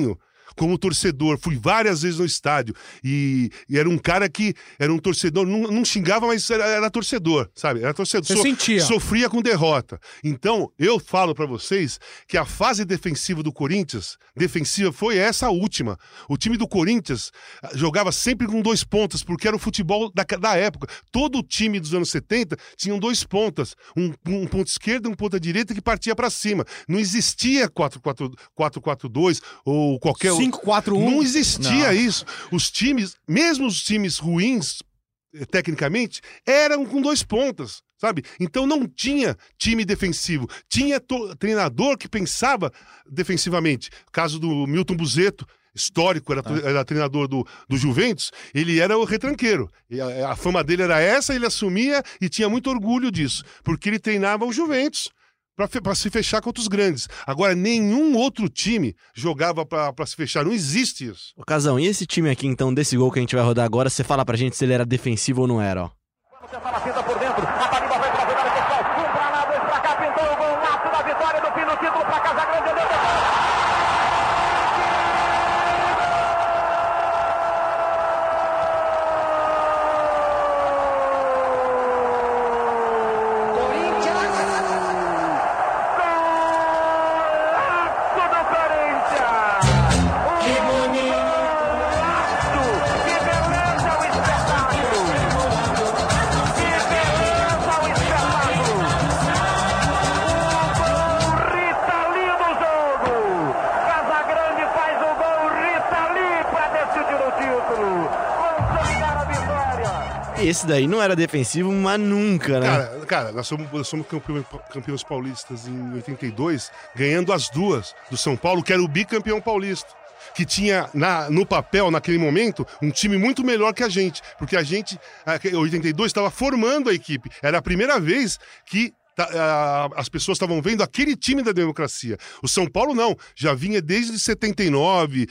como torcedor, fui várias vezes no estádio, e era um cara que era um torcedor, não xingava, mas era torcedor, sabe? Era torcedor. Você sentia. Sofria com derrota. Então, eu falo pra vocês que a fase defensiva do Corinthians, foi essa última. O time do Corinthians jogava sempre com 2 pontas, porque era o futebol da época. Todo o time dos anos 70 tinham 2 pontas, um ponta esquerda e um ponta direita que partia pra cima. Não existia 4-4-2 ou qualquer... 5-4-1. Não existia isso. Os times, mesmo os times ruins, tecnicamente, eram com 2 pontas, sabe? Então não tinha time defensivo. Tinha treinador que pensava defensivamente. Caso do Milton Buzetto, histórico, era treinador do Juventus, ele era o retranqueiro. E a fama dele era essa, ele assumia e tinha muito orgulho disso, porque ele treinava o Juventus para se fechar contra os grandes. Agora, nenhum outro time jogava para se fechar. Não existe isso. Ô, Casão, e esse time aqui, então, desse gol que a gente vai rodar agora, você fala pra gente se ele era defensivo ou não era, ó. Vamos tentar a fita por dentro. A Taliba vai pra jogada pessoal. Um pra lá, 2 pra cá. Pintou o golaço da vitória do fim do título pra Casagrande. Esse daí não era defensivo, mas nunca, né? Cara, nós somos campeões paulistas em 82, ganhando as 2 do São Paulo, que era o bicampeão paulista. Que tinha no papel, naquele momento, um time muito melhor que a gente. Porque a gente, em 82, estava formando a equipe. Era a primeira vez que as pessoas estavam vendo aquele time da democracia. O São Paulo não, já vinha desde 79,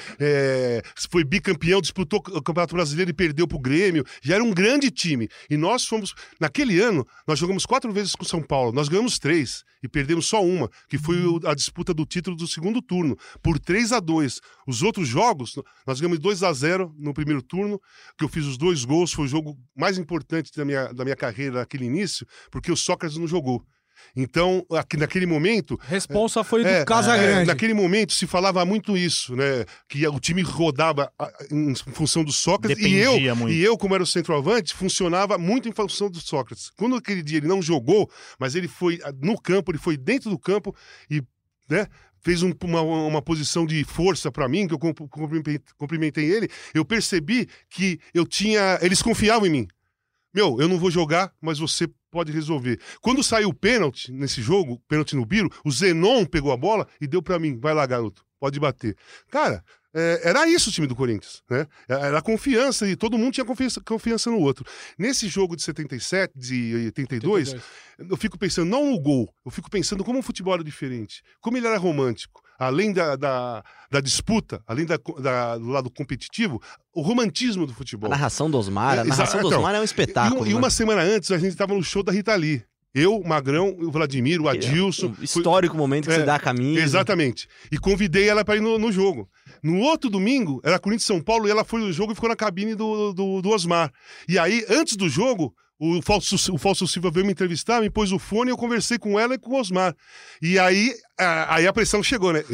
foi bicampeão, disputou o Campeonato Brasileiro e perdeu pro Grêmio, já era um grande time. E nós fomos, naquele ano, nós jogamos 4 vezes com o São Paulo, nós ganhamos 3 e perdemos só uma, que foi a disputa do título do segundo turno, por 3-2. Os outros jogos, nós ganhamos 2-0 no primeiro turno, que eu fiz os 2 gols, foi o jogo mais importante da minha carreira naquele início, porque o Sócrates não jogou. Então, naquele momento... Responsa foi do Casagrande. Naquele momento se falava muito isso, né? Que o time rodava em função do Sócrates. E eu, como era o centroavante, funcionava muito em função do Sócrates. Quando aquele dia ele não jogou, mas ele foi no campo, ele foi dentro do campo e, né, fez uma posição de força pra mim, que eu cumprimentei ele, eu percebi que eles confiavam em mim. Eu não vou jogar, mas você pode resolver. Quando saiu o pênalti nesse jogo, pênalti no Biro, o Zenon pegou a bola e deu pra mim. Vai lá, garoto, pode bater. Cara, era isso o time do Corinthians, né? Era confiança e todo mundo tinha confiança no outro. Nesse jogo de 77, de 82, eu fico pensando, não no gol, eu fico pensando como o futebol era diferente, como ele era romântico. Além da disputa, além do lado competitivo, o romantismo do futebol. A narração do Osmar, do Osmar é um espetáculo. E uma semana antes, a gente estava no show da Rita Lee. Eu, Magrão, o Vladimir, o Adilson. Um histórico momento que você dá a camisa. Exatamente. E convidei ela para ir no jogo. No outro domingo, era Corinthians e São Paulo, e ela foi no jogo e ficou na cabine do Osmar. E aí, antes do jogo, o Fausto Silva veio me entrevistar, me pôs o fone e eu conversei com ela e com o Osmar. E aí a pressão chegou, né?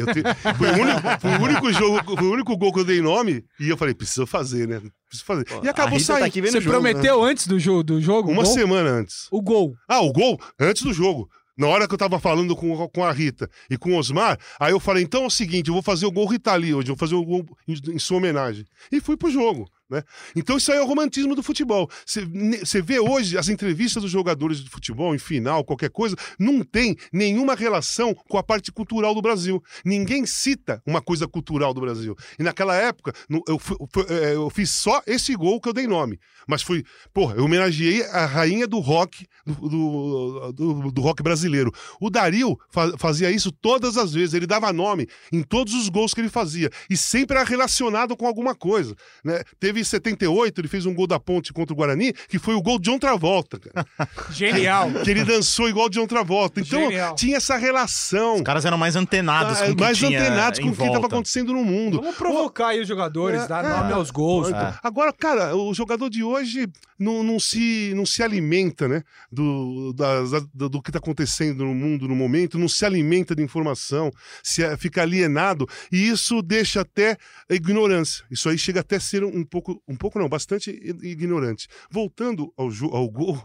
Foi o único gol que eu dei nome e eu falei, preciso fazer, né? Preciso fazer. E acabou saindo. Tá aqui vendo. Você prometeu antes do jogo? Uma semana antes. O gol. O gol antes do jogo. Na hora que eu tava falando com a Rita e com o Osmar, aí eu falei, então é o seguinte, eu vou fazer o gol Rita Lee hoje, eu vou fazer o gol em sua homenagem. E fui pro jogo, né? Então isso aí é o romantismo do futebol. Você vê hoje as entrevistas dos jogadores de futebol, em final, qualquer coisa, não tem nenhuma relação com a parte cultural do Brasil. Ninguém cita uma coisa cultural do Brasil. E naquela época, eu fiz só esse gol que eu dei nome. Mas eu homenageei a rainha do rock, do rock brasileiro. O Dario fazia isso todas as vezes, ele dava nome em todos os gols que ele fazia, e sempre era relacionado com alguma coisa, né? teve 78, ele fez um gol da Ponte contra o Guarani, que foi o gol de John Travolta, cara. Genial. Que ele dançou igual de John Travolta. Então, Genial. tinha essa relação. Os caras eram mais antenados com o que Mais tinha antenados em com o que estava volta. acontecendo no mundo. Vamos provocar aí os jogadores, dar nome aos gols. Agora, cara, o jogador de hoje não se alimenta, né, do que está acontecendo no mundo no momento, não se alimenta de informação, fica alienado, e isso deixa até ignorância. Isso aí chega até a ser um pouco não, bastante ignorante. Voltando ao gol,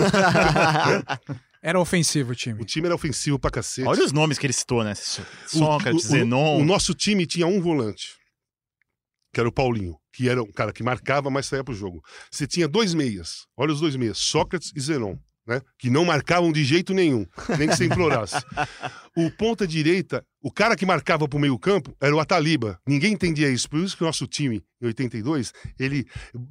Era ofensivo o time. o time era ofensivo pra cacete. Olha os nomes que ele citou, né? Sócrates, Zenon. O nosso time tinha um volante, que era o Paulinho, que era um cara que marcava, mas saía pro jogo. Você tinha 2 meias, olha os 2 meias, Sócrates e Zenon, né? Que não marcavam de jeito nenhum, nem que você implorasse. O ponta direita, o cara que marcava pro meio campo era o Ataliba. Ninguém entendia isso, por isso que o nosso time, em 82, ele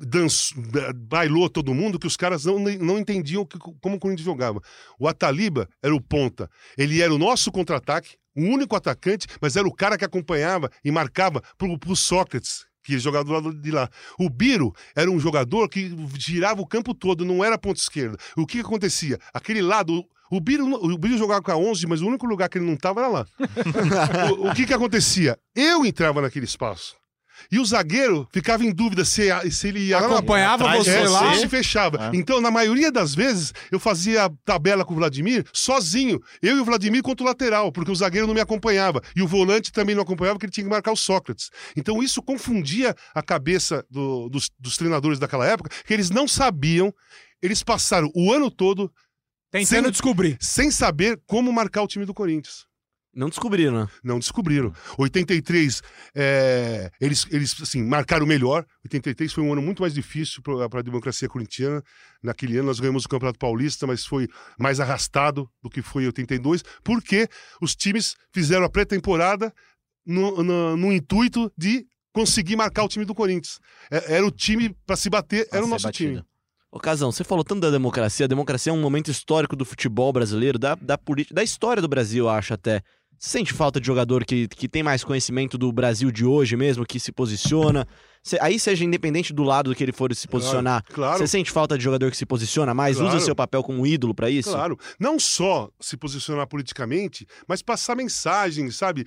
bailou todo mundo, que os caras não entendiam como o Corinthians jogava. O Ataliba era o ponta, ele era o nosso contra-ataque, o único atacante, mas era o cara que acompanhava e marcava pro Sócrates, que jogava do lado de lá. O Biro era um jogador que girava o campo todo, não era ponta esquerda. O que acontecia? Aquele lado... O Biro jogava com a 11, mas o único lugar que ele não estava era lá. O que acontecia? Eu entrava naquele espaço. E o zagueiro ficava em dúvida se ele ia acompanhava atrás você de lá. ou se fechava. Então, na maioria das vezes, eu fazia a tabela com o Vladimir sozinho. Eu e o Vladimir contra o lateral, porque o zagueiro não me acompanhava. E o volante também não acompanhava, porque ele tinha que marcar o Sócrates. Então, isso confundia a cabeça dos treinadores daquela época, que eles não sabiam. Eles passaram o ano todo Tentando descobrir. sem saber como marcar o time do Corinthians. Não descobriram, né? Não descobriram. 83, eles assim, marcaram melhor. 83 foi um ano muito mais difícil para a democracia corintiana. Naquele ano nós ganhamos o Campeonato Paulista, mas foi mais arrastado do que foi em 82, porque os times fizeram a pré-temporada no intuito de conseguir marcar o time do Corinthians. Era o time para se bater, era o nosso time. Ô, Casão, você falou tanto da democracia. A democracia é um momento histórico do futebol brasileiro, da política, da história do Brasil, eu acho até. Você sente falta de jogador que tem mais conhecimento do Brasil de hoje mesmo, que se posiciona? Aí seja independente do lado que ele for se posicionar, Claro. você sente falta de jogador que se posiciona mais, Claro. usa seu papel como ídolo pra isso? Claro, não só se posicionar politicamente, mas passar mensagem, sabe,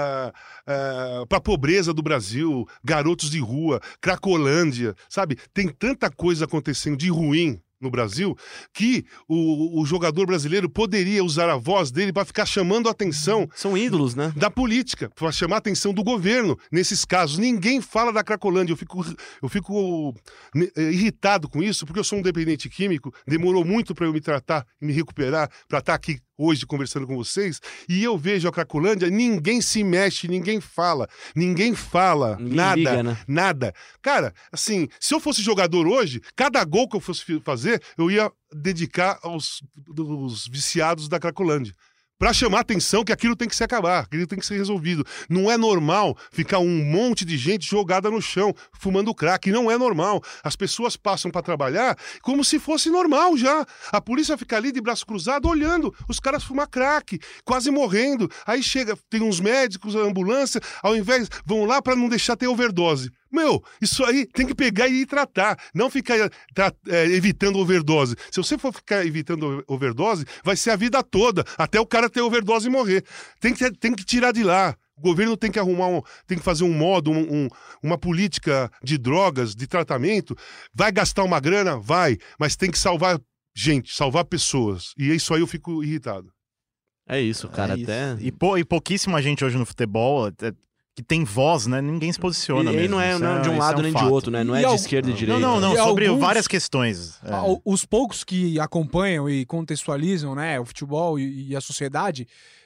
para a pobreza do Brasil, garotos de rua, Cracolândia, sabe, tem tanta coisa acontecendo de ruim no Brasil, que o jogador brasileiro poderia usar a voz dele para ficar chamando a atenção São ídolos, né? da política, para chamar a atenção do governo nesses casos. Ninguém fala da Cracolândia. Eu fico irritado com isso, porque eu sou um dependente químico, demorou muito para eu me tratar e me recuperar para estar aqui hoje conversando com vocês, e eu vejo a Cracolândia, ninguém se mexe, ninguém fala, ninguém nada, liga, né? nada. Cara, assim, se eu fosse jogador hoje, cada gol que eu fosse fazer, eu ia dedicar aos viciados da Cracolândia. Pra chamar atenção que aquilo tem que se acabar, aquilo tem que ser resolvido. Não é normal ficar um monte de gente jogada no chão, fumando crack. Não é normal. As pessoas passam pra trabalhar como se fosse normal já. A polícia fica ali de braço cruzado olhando os caras fumar crack, quase morrendo. Aí chega, tem uns médicos, a ambulância, ao invés, vão lá pra não deixar ter overdose. Meu, isso aí tem que pegar e ir tratar, não ficar evitando overdose. Se você for ficar evitando overdose, vai ser a vida toda, até o cara ter overdose e morrer. Tem que tirar de lá. O governo tem que tem que fazer um modo, uma política de drogas, de tratamento. Vai gastar uma grana? Vai, mas tem que salvar gente, salvar pessoas. E isso aí eu fico irritado. É isso, cara, até... E pouquíssima gente hoje no futebol... que tem voz, né? Ninguém se posiciona E mesmo. não é de um lado nem de outro, né? Não é de esquerda e direita. Não, E sobre alguns- várias questões. Os poucos que acompanham e contextualizam, né, o futebol e a sociedade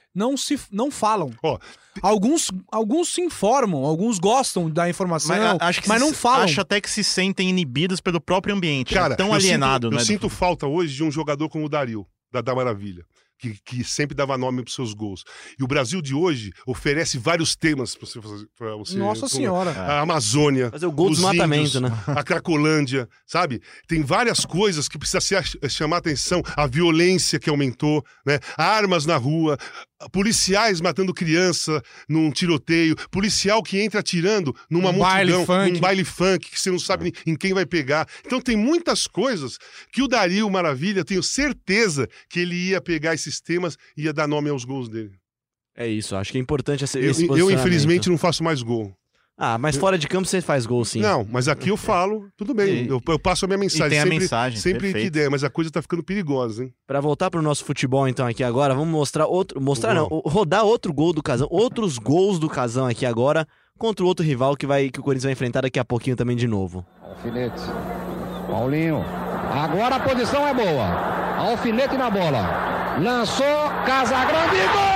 não falam. Ó, Alguns se informam, alguns gostam da informação, mas não falam. Acho até que se sentem inibidos pelo próprio ambiente. cara, tão alienado, né? eu sinto falta hoje de um jogador como o Dario, da Maravilha. Que sempre dava nome para os seus gols. E o Brasil de hoje oferece vários temas para você fazer. Nossa Senhora. A Amazônia. Fazer o gol do os desmatamento, índios, né? A Cracolândia, sabe? Tem várias coisas que precisa chamar atenção. A violência que aumentou, né? Armas na rua. policiais matando criança num tiroteio, policial que entra atirando numa multidão, num baile funk, que você não sabe em quem vai pegar. Então tem muitas coisas que o Dario Maravilha, tenho certeza que ele ia pegar esses temas e ia dar nome aos gols dele. É isso, acho que é importante esse Eu, posicionamento. infelizmente, não faço mais gol. Ah, mas fora de campo você faz gol, sim. Não, mas aqui eu falo, tudo bem, eu passo a minha mensagem. E tem sempre, a mensagem, sempre que der, mas a coisa tá ficando perigosa, hein? Pra voltar pro nosso futebol, então, aqui agora, vamos mostrar outro... rodar outro gol do Casão, outros gols do Casão aqui agora, contra o outro rival que o Corinthians vai enfrentar daqui a pouquinho também de novo. Alfinete, Paulinho, agora a posição é boa, Alfinete na bola, lançou, Casagrande, gol!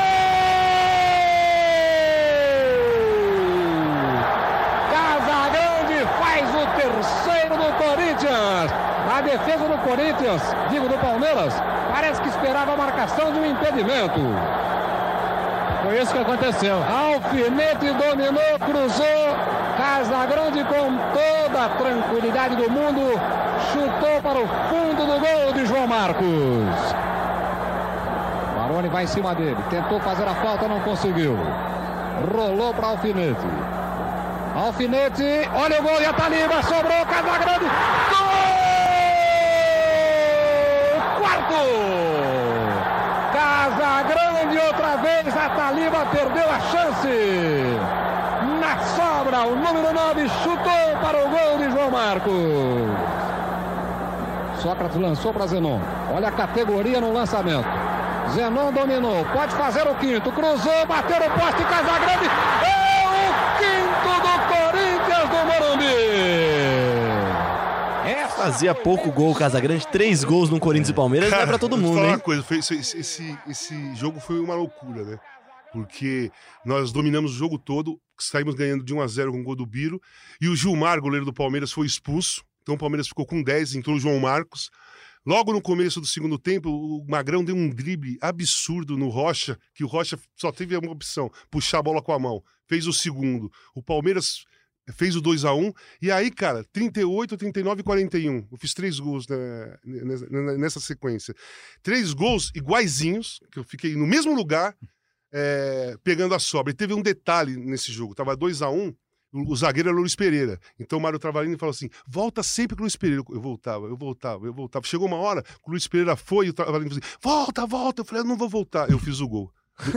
Terceiro do Corinthians, a defesa do Corinthians, digo do Palmeiras, parece que esperava a marcação de um impedimento. Foi isso que aconteceu. Alfinete dominou, cruzou, Casagrande com toda a tranquilidade do mundo, chutou para o fundo do gol de João Marcos. Baroni vai em cima dele, tentou fazer a falta, não conseguiu. Rolou para Alfinete. Alfinete, olha o gol de Ataliba, sobrou, Casagrande, gol! Quarto! Casagrande outra vez, Ataliba perdeu a chance. Na sobra, o número 9 chutou para o gol de João Marcos. Sócrates lançou para Zenon, olha a categoria no lançamento. Zenon dominou, pode fazer o quinto, cruzou, bateu no poste, Casagrande, quinto do Corinthians do Morumbi. Fazia pouco gol o Casagrande, 3 gols no Corinthians e Palmeiras, não é pra todo mundo, hein? Uma coisa, esse jogo foi uma loucura, né? Porque nós dominamos o jogo todo, saímos ganhando de 1-0 com o gol do Biro, e o Gilmar, goleiro do Palmeiras, foi expulso, então o Palmeiras ficou com 10, entrou o João Marcos. Logo no começo do segundo tempo, o Magrão deu um drible absurdo no Rocha, que o Rocha só teve uma opção, puxar a bola com a mão. Fez o segundo. O Palmeiras fez o 2-1. E aí, cara, 38, 39 e 41. Eu fiz 3 gols nessa sequência. 3 gols iguaizinhos, que eu fiquei no mesmo lugar, pegando a sobra. E teve um detalhe nesse jogo. Tava 2-1. O zagueiro era o Luiz Pereira. Então o Mário Travalini falou assim, volta sempre com o Luiz Pereira. Eu voltava. Chegou uma hora, o Luiz Pereira foi e o Travalini falou assim, volta. Eu falei, eu não vou voltar. Eu fiz o gol.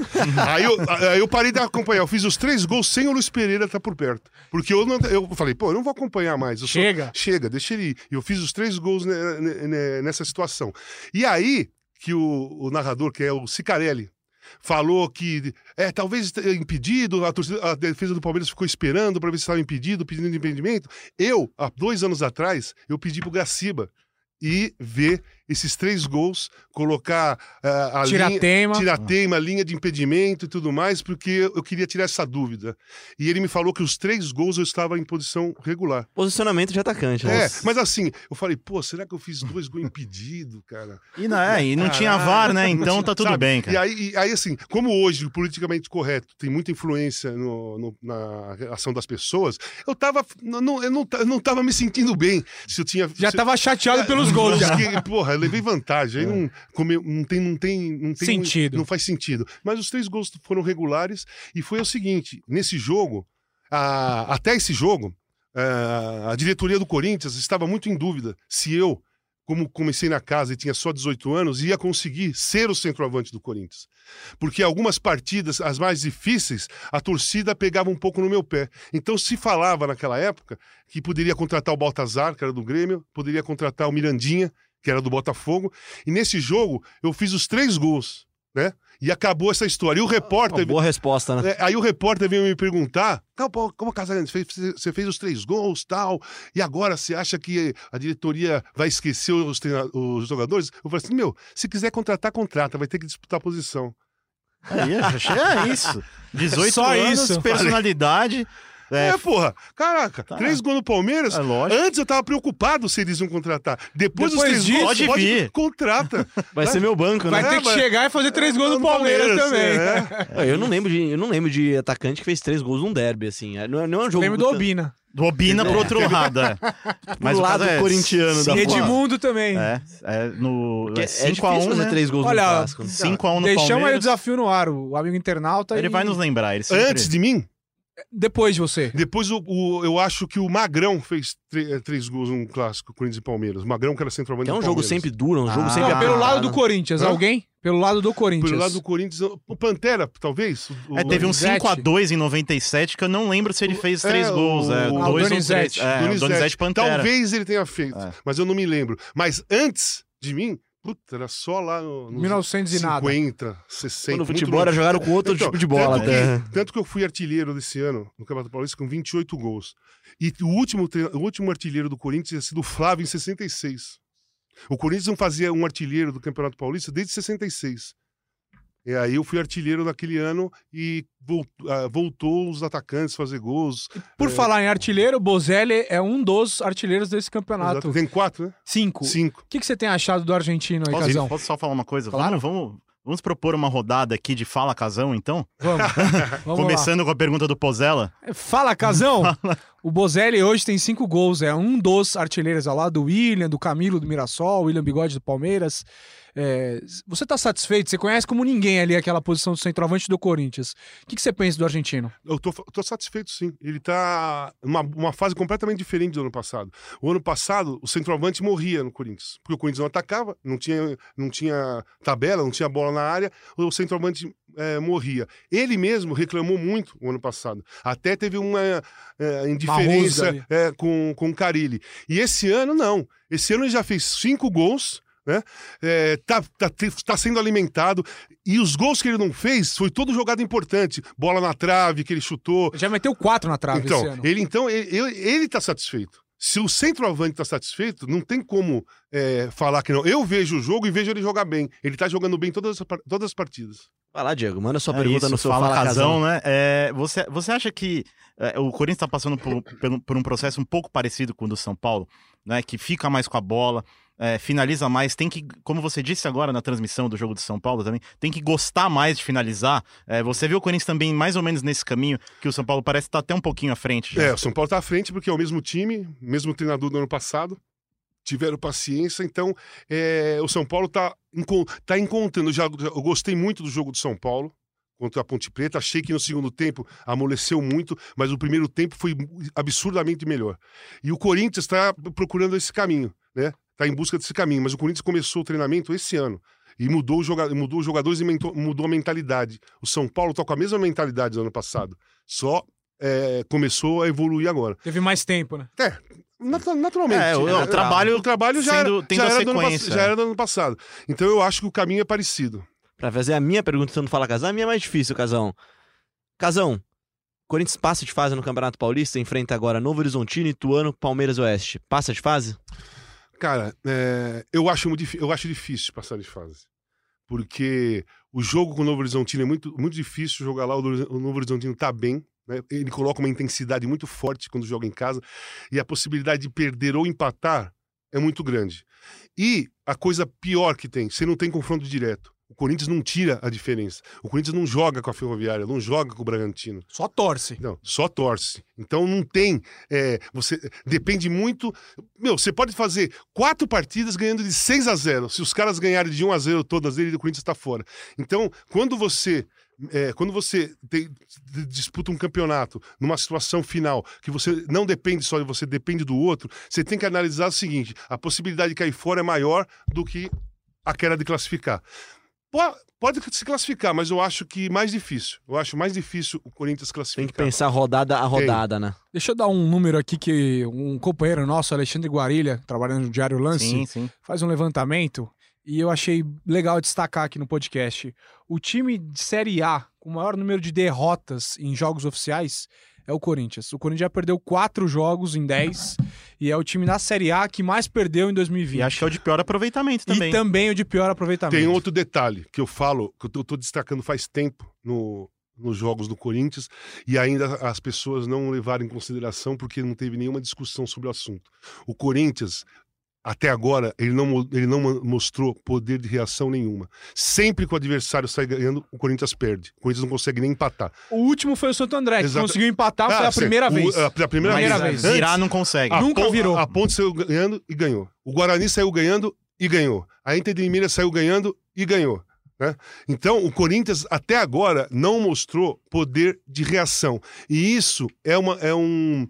aí eu parei de acompanhar. Eu fiz os 3 gols sem o Luiz Pereira estar por perto. Porque eu falei, eu não vou acompanhar mais. Chega, deixa ele ir. E eu fiz os 3 gols nessa situação. E aí que o narrador, que é o Cicarelli, falou que talvez impedido, a defesa do Palmeiras ficou esperando para ver se estava impedido, pedindo impedimento. Há 2 anos atrás, eu pedi pro Gaciba ir ver esses 3 gols, colocar a tira-teima, linha de impedimento e tudo mais, porque eu queria tirar essa dúvida. E ele me falou que os 3 gols eu estava em posição regular. Posicionamento de atacante, né? Mas assim, eu falei, será que eu fiz 2 gols impedidos, cara? E não tinha VAR, né? Então tá tudo bem, cara. E aí, assim, como hoje o politicamente correto tem muita influência na ação das pessoas, eu não tava me sentindo bem. Se eu tinha... Já tava chateado pelos gols. Eu levei vantagem. Aí não tem sentido. Não faz sentido. Mas os 3 gols foram regulares e foi o seguinte, nesse jogo, até esse jogo, a diretoria do Corinthians estava muito em dúvida se eu, como comecei na casa e tinha só 18 anos, ia conseguir ser o centroavante do Corinthians. Porque algumas partidas, as mais difíceis, a torcida pegava um pouco no meu pé. Então se falava naquela época que poderia contratar o Baltazar, que era do Grêmio, poderia contratar o Mirandinha, que era do Botafogo, e nesse jogo eu fiz os 3 gols, né? E acabou essa história. E o repórter... Boa resposta, né? Aí o repórter veio me perguntar, como Casagrande, você fez os 3 gols, tal, e agora você acha que a diretoria vai esquecer os jogadores? Eu falei assim, se quiser contratar, contrata, vai ter que disputar a posição. É isso. 18 Só anos, isso. personalidade... porra. Caraca, 3 gols no Palmeiras. Antes eu tava preocupado se eles iam contratar. Depois os 3 gols, pode vir. Contrata. Vai ser meu banco, né? Vai ter que chegar e fazer 3 gols no Palmeiras também. Eu não lembro de atacante que fez 3 gols num derby, assim. Não é um jogo... Lembro do Obina. Bobina pro outro lado, Mas o lado corintiano da E bola. Edmundo também. No Porque é 5x1, difícil fazer né? 3 gols Olha, no clássico. 5x1 no Deixamos aí o Palmeiras. desafio no ar, o amigo internauta. Ele e- vai nos lembrar. Ele sempre... Antes de mim, Depois de você. depois eu acho que o Magrão fez 3 gols num clássico, Corinthians e Palmeiras. O Magrão que era centroavante Que é um do jogo Palmeiras. sempre duro, um jogo Ah. sempre Não, pelo apertado. lado do Corinthians, Hã? alguém? Pelo lado do Corinthians. Pelo lado do Corinthians, o Pantera, talvez. Teve um Donizete. 5x2 em 97 que eu não lembro se ele fez 3 É, gols. o- Ah, o 2 ou Donizete. 3. O Donizete Pantera. Talvez ele tenha feito, É. mas eu não me lembro. Mas antes de mim, puta, era só lá nos 1900 e nada. 50, 60. Quando o muito futebol longe. era jogaram com outro Então, tipo de bola. Tanto que eu fui artilheiro desse ano no Campeonato Paulista com 28 gols. E o último artilheiro do Corinthians tinha sido o Flávio em 66. O Corinthians não fazia um artilheiro do Campeonato Paulista desde 66. E aí eu fui artilheiro naquele ano e voltou os atacantes a fazer gols. Por falar em artilheiro, o Bozelli é um dos artilheiros desse campeonato. Tem 4, né? 5. 5. O que você tem achado do argentino aí, Casão? Posso só falar uma coisa? Claro. Vamos propor uma rodada aqui de Fala Casão, então? Vamos. Vamos Começando com a pergunta do Pozella. lá. Fala, Casão! O Bozelli hoje tem 5 gols, é um dos artilheiros ao lado do William, do Camilo do Mirassol, William Bigode do Palmeiras. Você tá satisfeito? Você conhece como ninguém ali aquela posição do centroavante do Corinthians. O que você pensa do argentino? Eu tô satisfeito, sim. Ele tá numa fase completamente diferente do ano passado. O ano passado, o centroavante morria no Corinthians. Porque o Corinthians não atacava, não tinha tabela, não tinha bola na área, o centroavante morria. Ele mesmo reclamou muito o ano passado. Até teve uma indiferença rusga com o Carille. E esse ano, não. Esse ano ele já fez 5 gols, né? Tá sendo alimentado. E os gols que ele não fez foi todo jogada importante. Bola na trave que ele chutou. Já meteu 4 na trave esse ano. Ele tá satisfeito. Se o centroavante tá satisfeito, não tem como falar que não. Eu vejo o jogo e vejo ele jogar bem. Ele tá jogando bem todas as partidas. Vai lá, Diego, manda sua pergunta Isso, no seu Fala Casão, Casão. né? Você acha que o Corinthians está passando por um processo um pouco parecido com o do São Paulo, né? Que fica mais com a bola, finaliza mais, tem que, como você disse agora na transmissão do jogo de São Paulo também, tem que gostar mais de finalizar. Você viu o Corinthians também mais ou menos nesse caminho, que o São Paulo parece estar até um pouquinho à frente. Já. O São Paulo tá à frente porque é o mesmo time, mesmo treinador do ano passado. Tiveram paciência, então o São Paulo tá encontrando. Eu gostei muito do jogo do São Paulo contra a Ponte Preta. Achei que no segundo tempo amoleceu muito, mas o primeiro tempo foi absurdamente melhor. E o Corinthians está procurando esse caminho, né? Está em busca desse caminho, mas o Corinthians começou o treinamento esse ano. E mudou os jogadores e mudou a mentalidade. O São Paulo está com a mesma mentalidade do ano passado. Só começou a evoluir agora. Teve mais tempo, né? Naturalmente. O trabalho já era tendo a sequência. já era do ano passado. Então eu acho que o caminho é parecido. Pra fazer a minha pergunta, então, não Fala Casão, a minha é mais difícil, Casão. Casão, Corinthians passa de fase no Campeonato Paulista, enfrenta agora Novo Horizontino, Ituano, Palmeiras Oeste. Passa de fase? Cara, eu acho difícil passar de fase. Porque o jogo com o Novo Horizontino é muito, muito difícil jogar lá. O Novo Horizontino tá bem, né? Ele coloca uma intensidade muito forte quando joga em casa. E a possibilidade de perder ou empatar é muito grande. E a coisa pior que tem, você não tem confronto direto. O Corinthians não tira a diferença. O Corinthians não joga com a Ferroviária, não joga com o Bragantino. Só torce. Não, só torce. Então não tem. Você depende muito. Você pode fazer 4 partidas ganhando de 6-0. Se os caras ganharem de 1-0 todas, ele do Corinthians está fora. Então, quando você disputa um campeonato numa situação final que você não depende só de você, depende do outro, você tem que analisar o seguinte: a possibilidade de cair fora é maior do que a queda de classificar. Pode se classificar, mas eu acho que mais difícil. Eu acho mais difícil o Corinthians classificar. Tem que pensar rodada a rodada, né? Deixa eu dar um número aqui que um companheiro nosso, Alexandre Guarilha, trabalhando no Diário Lance, Sim. faz um levantamento e eu achei legal destacar aqui no podcast. O time de Série A com o maior número de derrotas em jogos oficiais é o Corinthians. O Corinthians já perdeu 4 jogos em 10 e é o time na Série A que mais perdeu em 2020. E acho que é o de pior aproveitamento também. E também o de pior aproveitamento. Tem outro detalhe que eu falo, que eu tô destacando faz tempo nos jogos do Corinthians, e ainda as pessoas não levaram em consideração porque não teve nenhuma discussão sobre o assunto. O Corinthians até agora, ele não mostrou poder de reação nenhuma. Sempre que o adversário sai ganhando, o Corinthians perde. O Corinthians não consegue nem empatar. O último foi o Santo André, que conseguiu empatar, foi a sim. primeira vez. A primeira vez. Virar não consegue. Nunca virou. A Ponte saiu ganhando e ganhou. O Guarani saiu ganhando e ganhou. A Inter de Limeira saiu ganhando e ganhou. Né? Então, o Corinthians, até agora, não mostrou poder de reação. E isso é um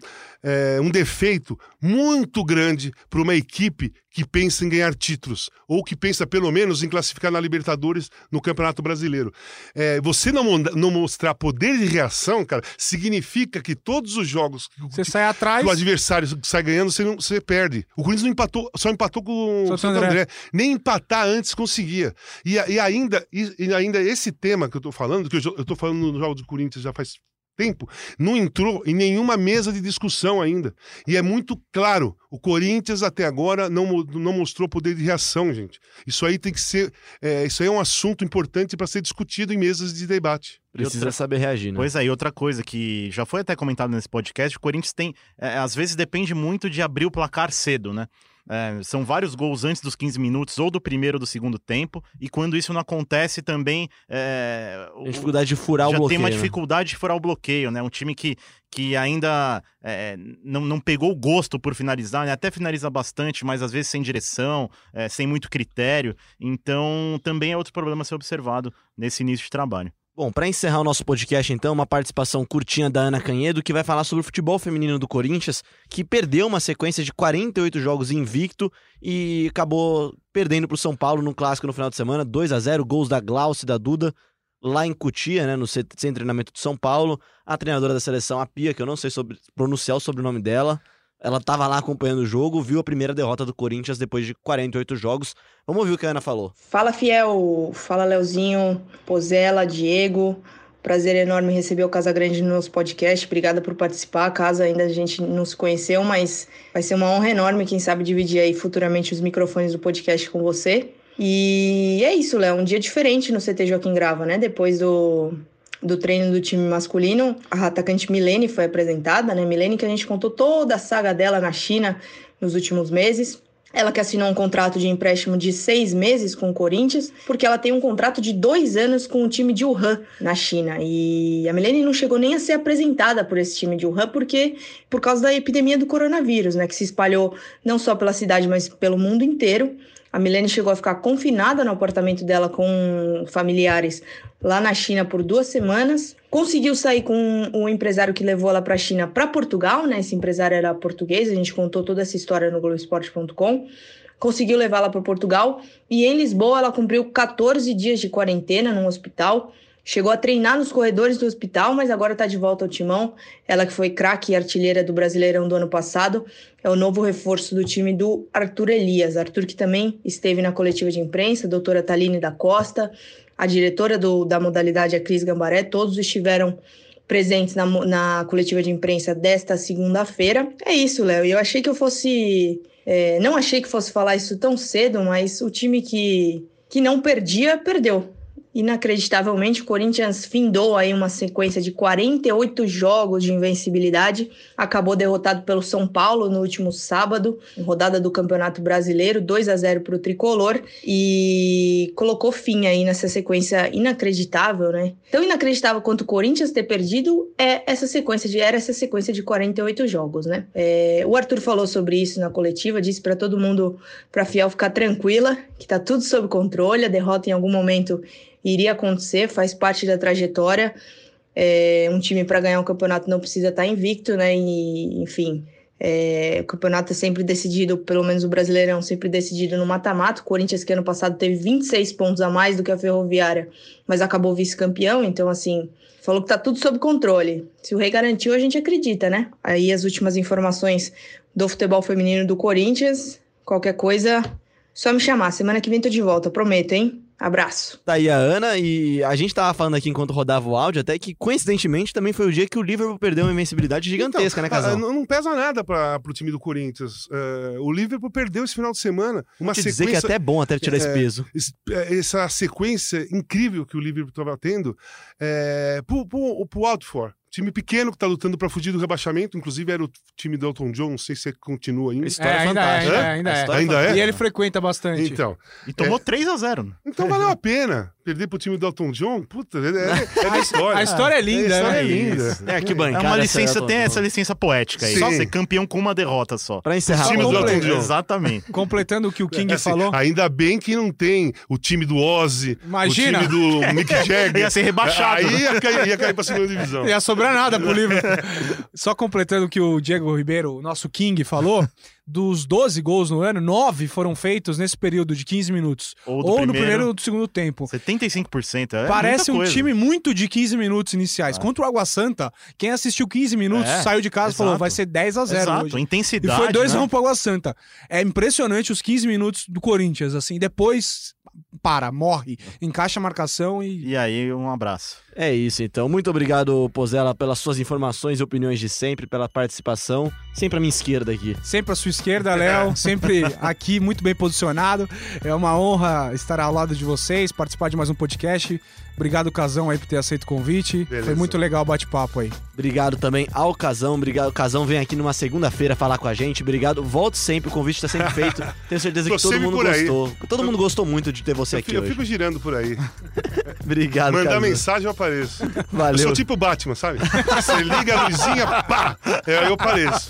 defeito muito grande para uma equipe que pensa em ganhar títulos, ou que pensa, pelo menos, em classificar na Libertadores no Campeonato Brasileiro. Você não mostrar poder de reação, cara, significa que todos os jogos você sai atrás, que o adversário sai ganhando, você perde. O Corinthians não empatou, só empatou com o Santo André. Nem empatar antes conseguia. E ainda esse tema que eu tô falando, que eu tô falando no jogo do Corinthians já faz tempo, não entrou em nenhuma mesa de discussão ainda. E é muito claro, o Corinthians até agora não mostrou poder de reação, gente. Isso aí tem que ser, isso aí é um assunto importante para ser discutido em mesas de debate. Precisa saber reagir, né? Pois é, e outra coisa que já foi até comentado nesse podcast, o Corinthians tem, às vezes depende muito de abrir o placar cedo, né? São vários gols antes dos 15 minutos, ou do primeiro ou do segundo tempo, e quando isso não acontece também... tem dificuldade de furar o bloqueio. Já tem uma dificuldade de furar o bloqueio, né? Um time que ainda não pegou o gosto por finalizar, né? Até finaliza bastante, mas às vezes sem direção, sem muito critério. Então, também é outro problema a ser observado nesse início de trabalho. Bom, para encerrar o nosso podcast, então, uma participação curtinha da Ana Canhedo, que vai falar sobre o futebol feminino do Corinthians, que perdeu uma sequência de 48 jogos invicto e acabou perdendo para o São Paulo no clássico no final de semana, 2-0, gols da Glauce e da Duda, lá em Cotia, né, no centro de treinamento de São Paulo. A treinadora da seleção, a Pia, que eu não sei pronunciar o sobrenome dela, ela estava lá acompanhando o jogo, viu a primeira derrota do Corinthians depois de 48 jogos. Vamos ouvir o que a Ana falou. Fala, Fiel. Fala, Leozinho, Pozella, Diego. Prazer enorme receber o Casagrande no nosso podcast. Obrigada por participar. Caso ainda a gente não se conheceu, mas vai ser uma honra enorme, quem sabe, dividir aí futuramente os microfones do podcast com você. E é isso, Léo. Um dia diferente no CT Joaquim Grava, né? Depois do treino do time masculino, a atacante Milene foi apresentada, né? Milene, que a gente contou toda a saga dela na China nos últimos meses. Ela que assinou um contrato de empréstimo de 6 meses com o Corinthians, porque ela tem um contrato de 2 anos com o time de Wuhan, na China. E a Milene não chegou nem a ser apresentada por esse time de Wuhan, por causa da epidemia do coronavírus, né? Que se espalhou não só pela cidade, mas pelo mundo inteiro. A Milene chegou a ficar confinada no apartamento dela com familiares lá na China por 2 semanas. Conseguiu sair com o empresário que levou ela para a China para Portugal, né? Esse empresário era português, a gente contou toda essa história no Globoesporte.com. Conseguiu levá-la para Portugal e em Lisboa ela cumpriu 14 dias de quarentena num hospital. Chegou a treinar nos corredores do hospital, mas agora está de volta ao timão. Ela que foi craque e artilheira do Brasileirão do ano passado, é o novo reforço do time do Arthur Elias. Arthur que também esteve na coletiva de imprensa, a doutora Thaline da Costa, a diretora da modalidade, a Cris Gambaré, todos estiveram presentes na coletiva de imprensa desta segunda-feira. É isso, Léo. Eu achei que eu fosse... não achei que fosse falar isso tão cedo, mas o time que não perdia, perdeu. Inacreditavelmente, o Corinthians findou aí uma sequência de 48 jogos de invencibilidade, acabou derrotado pelo São Paulo no último sábado, rodada do Campeonato Brasileiro, 2-0 para o Tricolor, e colocou fim aí nessa sequência inacreditável, né? Tão inacreditável quanto o Corinthians ter perdido era essa sequência de 48 jogos, né? O Arthur falou sobre isso na coletiva, disse para todo mundo, para a Fiel ficar tranquila, que tá tudo sob controle, a derrota em algum momento iria acontecer, faz parte da trajetória. Um time para ganhar um campeonato não precisa estar invicto, né? E, enfim, o campeonato é sempre decidido, pelo menos o Brasileirão, sempre decidido no mata-mata. O Corinthians, que ano passado teve 26 pontos a mais do que a Ferroviária, mas acabou vice-campeão. Então, assim, falou que tá tudo sob controle. Se o Rei garantiu, a gente acredita, né? Aí as últimas informações do futebol feminino do Corinthians. Qualquer coisa, só me chamar. Semana que vem tô de volta, prometo, hein? Abraço. Tá aí a Ana, e a gente tava falando aqui enquanto rodava o áudio, até que coincidentemente também foi o dia que o Liverpool perdeu uma invencibilidade gigantesca, né, Casal? Não pesa nada pro time do Corinthians. O Liverpool perdeu esse final de semana. Uma sequência... dizer que é até bom até tirar esse peso. Essa sequência incrível que o Liverpool estava tendo pro Watford, Time pequeno que tá lutando pra fugir do rebaixamento. Inclusive era o time do Elton John, não sei se continua ainda. História fantástica. Ainda é? E ele frequenta bastante. Então. E tomou 3-0. Então valeu a pena. Perder pro time do Elton John, puta, é da história. A história é linda, A história né? é linda. É aqui bancada. É uma licença, Elton tem John. essa licença poética aí. Sim. Só ser campeão com uma derrota só. Pra encerrar, time do Elton John. Exatamente. Completando o que o King Assim, falou. ainda bem que não tem o time do Ozzy, Imagina. o time do Mick Jagger. Ia ser rebaixado. Aí ia cair pra segunda divisão. Não ia sobrar nada pro livro. Só completando o que o Diego Ribeiro, o nosso King, falou, dos 12 gols no ano, 9 foram feitos nesse período de 15 minutos. Ou no primeiro ou no segundo tempo. 75%. Parece muita um coisa. time muito de 15 minutos iniciais. Contra o Água Santa, quem assistiu 15 minutos saiu de casa e falou, vai ser 10-0 Exato, hoje. intensidade. E foi 2-1 né? pro Água Santa. É impressionante os 15 minutos do Corinthians, assim. Depois, morre, encaixa a marcação e... E aí, um abraço. É isso, então. Muito obrigado, Pozella, pelas suas informações e opiniões de sempre, pela participação. Sempre à minha esquerda aqui. Sempre à sua esquerda, Léo, sempre aqui, muito bem posicionado. É uma honra estar ao lado de vocês, participar de mais um podcast. Obrigado, Casão, aí, por ter aceito o convite. Beleza. Foi muito legal o bate-papo aí. Obrigado também ao Casão. Obrigado. O Casão vem aqui numa segunda-feira falar com a gente. Obrigado. Volte sempre, o convite tá sempre feito. Tenho certeza Tô que todo sempre mundo por aí. gostou. Todo mundo gostou muito de ter você aqui Eu hoje. fico girando por aí. Obrigado, Mandar Casão. mensagem, eu apareço. Eu Valeu. sou tipo o Batman, sabe? Você liga a luzinha, pá! Aí eu apareço.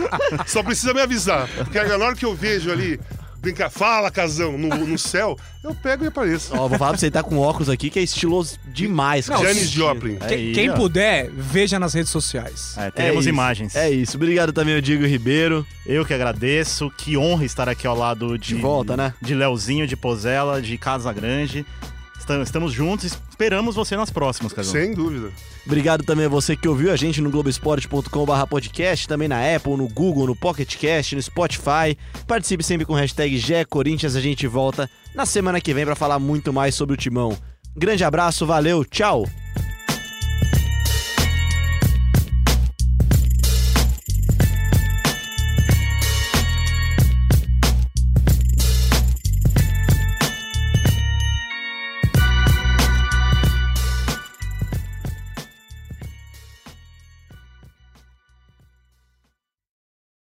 Só precisa me avisar. Porque na hora que eu vejo ali, fala, Casão, no céu, eu pego e apareço. Ó, vou falar pra você, tá com óculos aqui que é estiloso demais. Não, cara. Janis Joplin. Quem ó. puder, veja nas redes sociais. Teremos isso, imagens. É isso. Obrigado também ao Diego Ribeiro. Eu que agradeço. Que honra estar aqui ao lado de volta, né? De Leozinho, de Pozella, de Casa Grande. Estamos juntos. Esperamos você nas próximas, Casão. Sem dúvida. Obrigado também a você que ouviu a gente no Globoesporte.com/podcast, também na Apple, no Google, no Pocket Cast, no Spotify. Participe sempre com o hashtag GECorinthians. A gente volta na semana que vem para falar muito mais sobre o Timão. Grande abraço, valeu, tchau!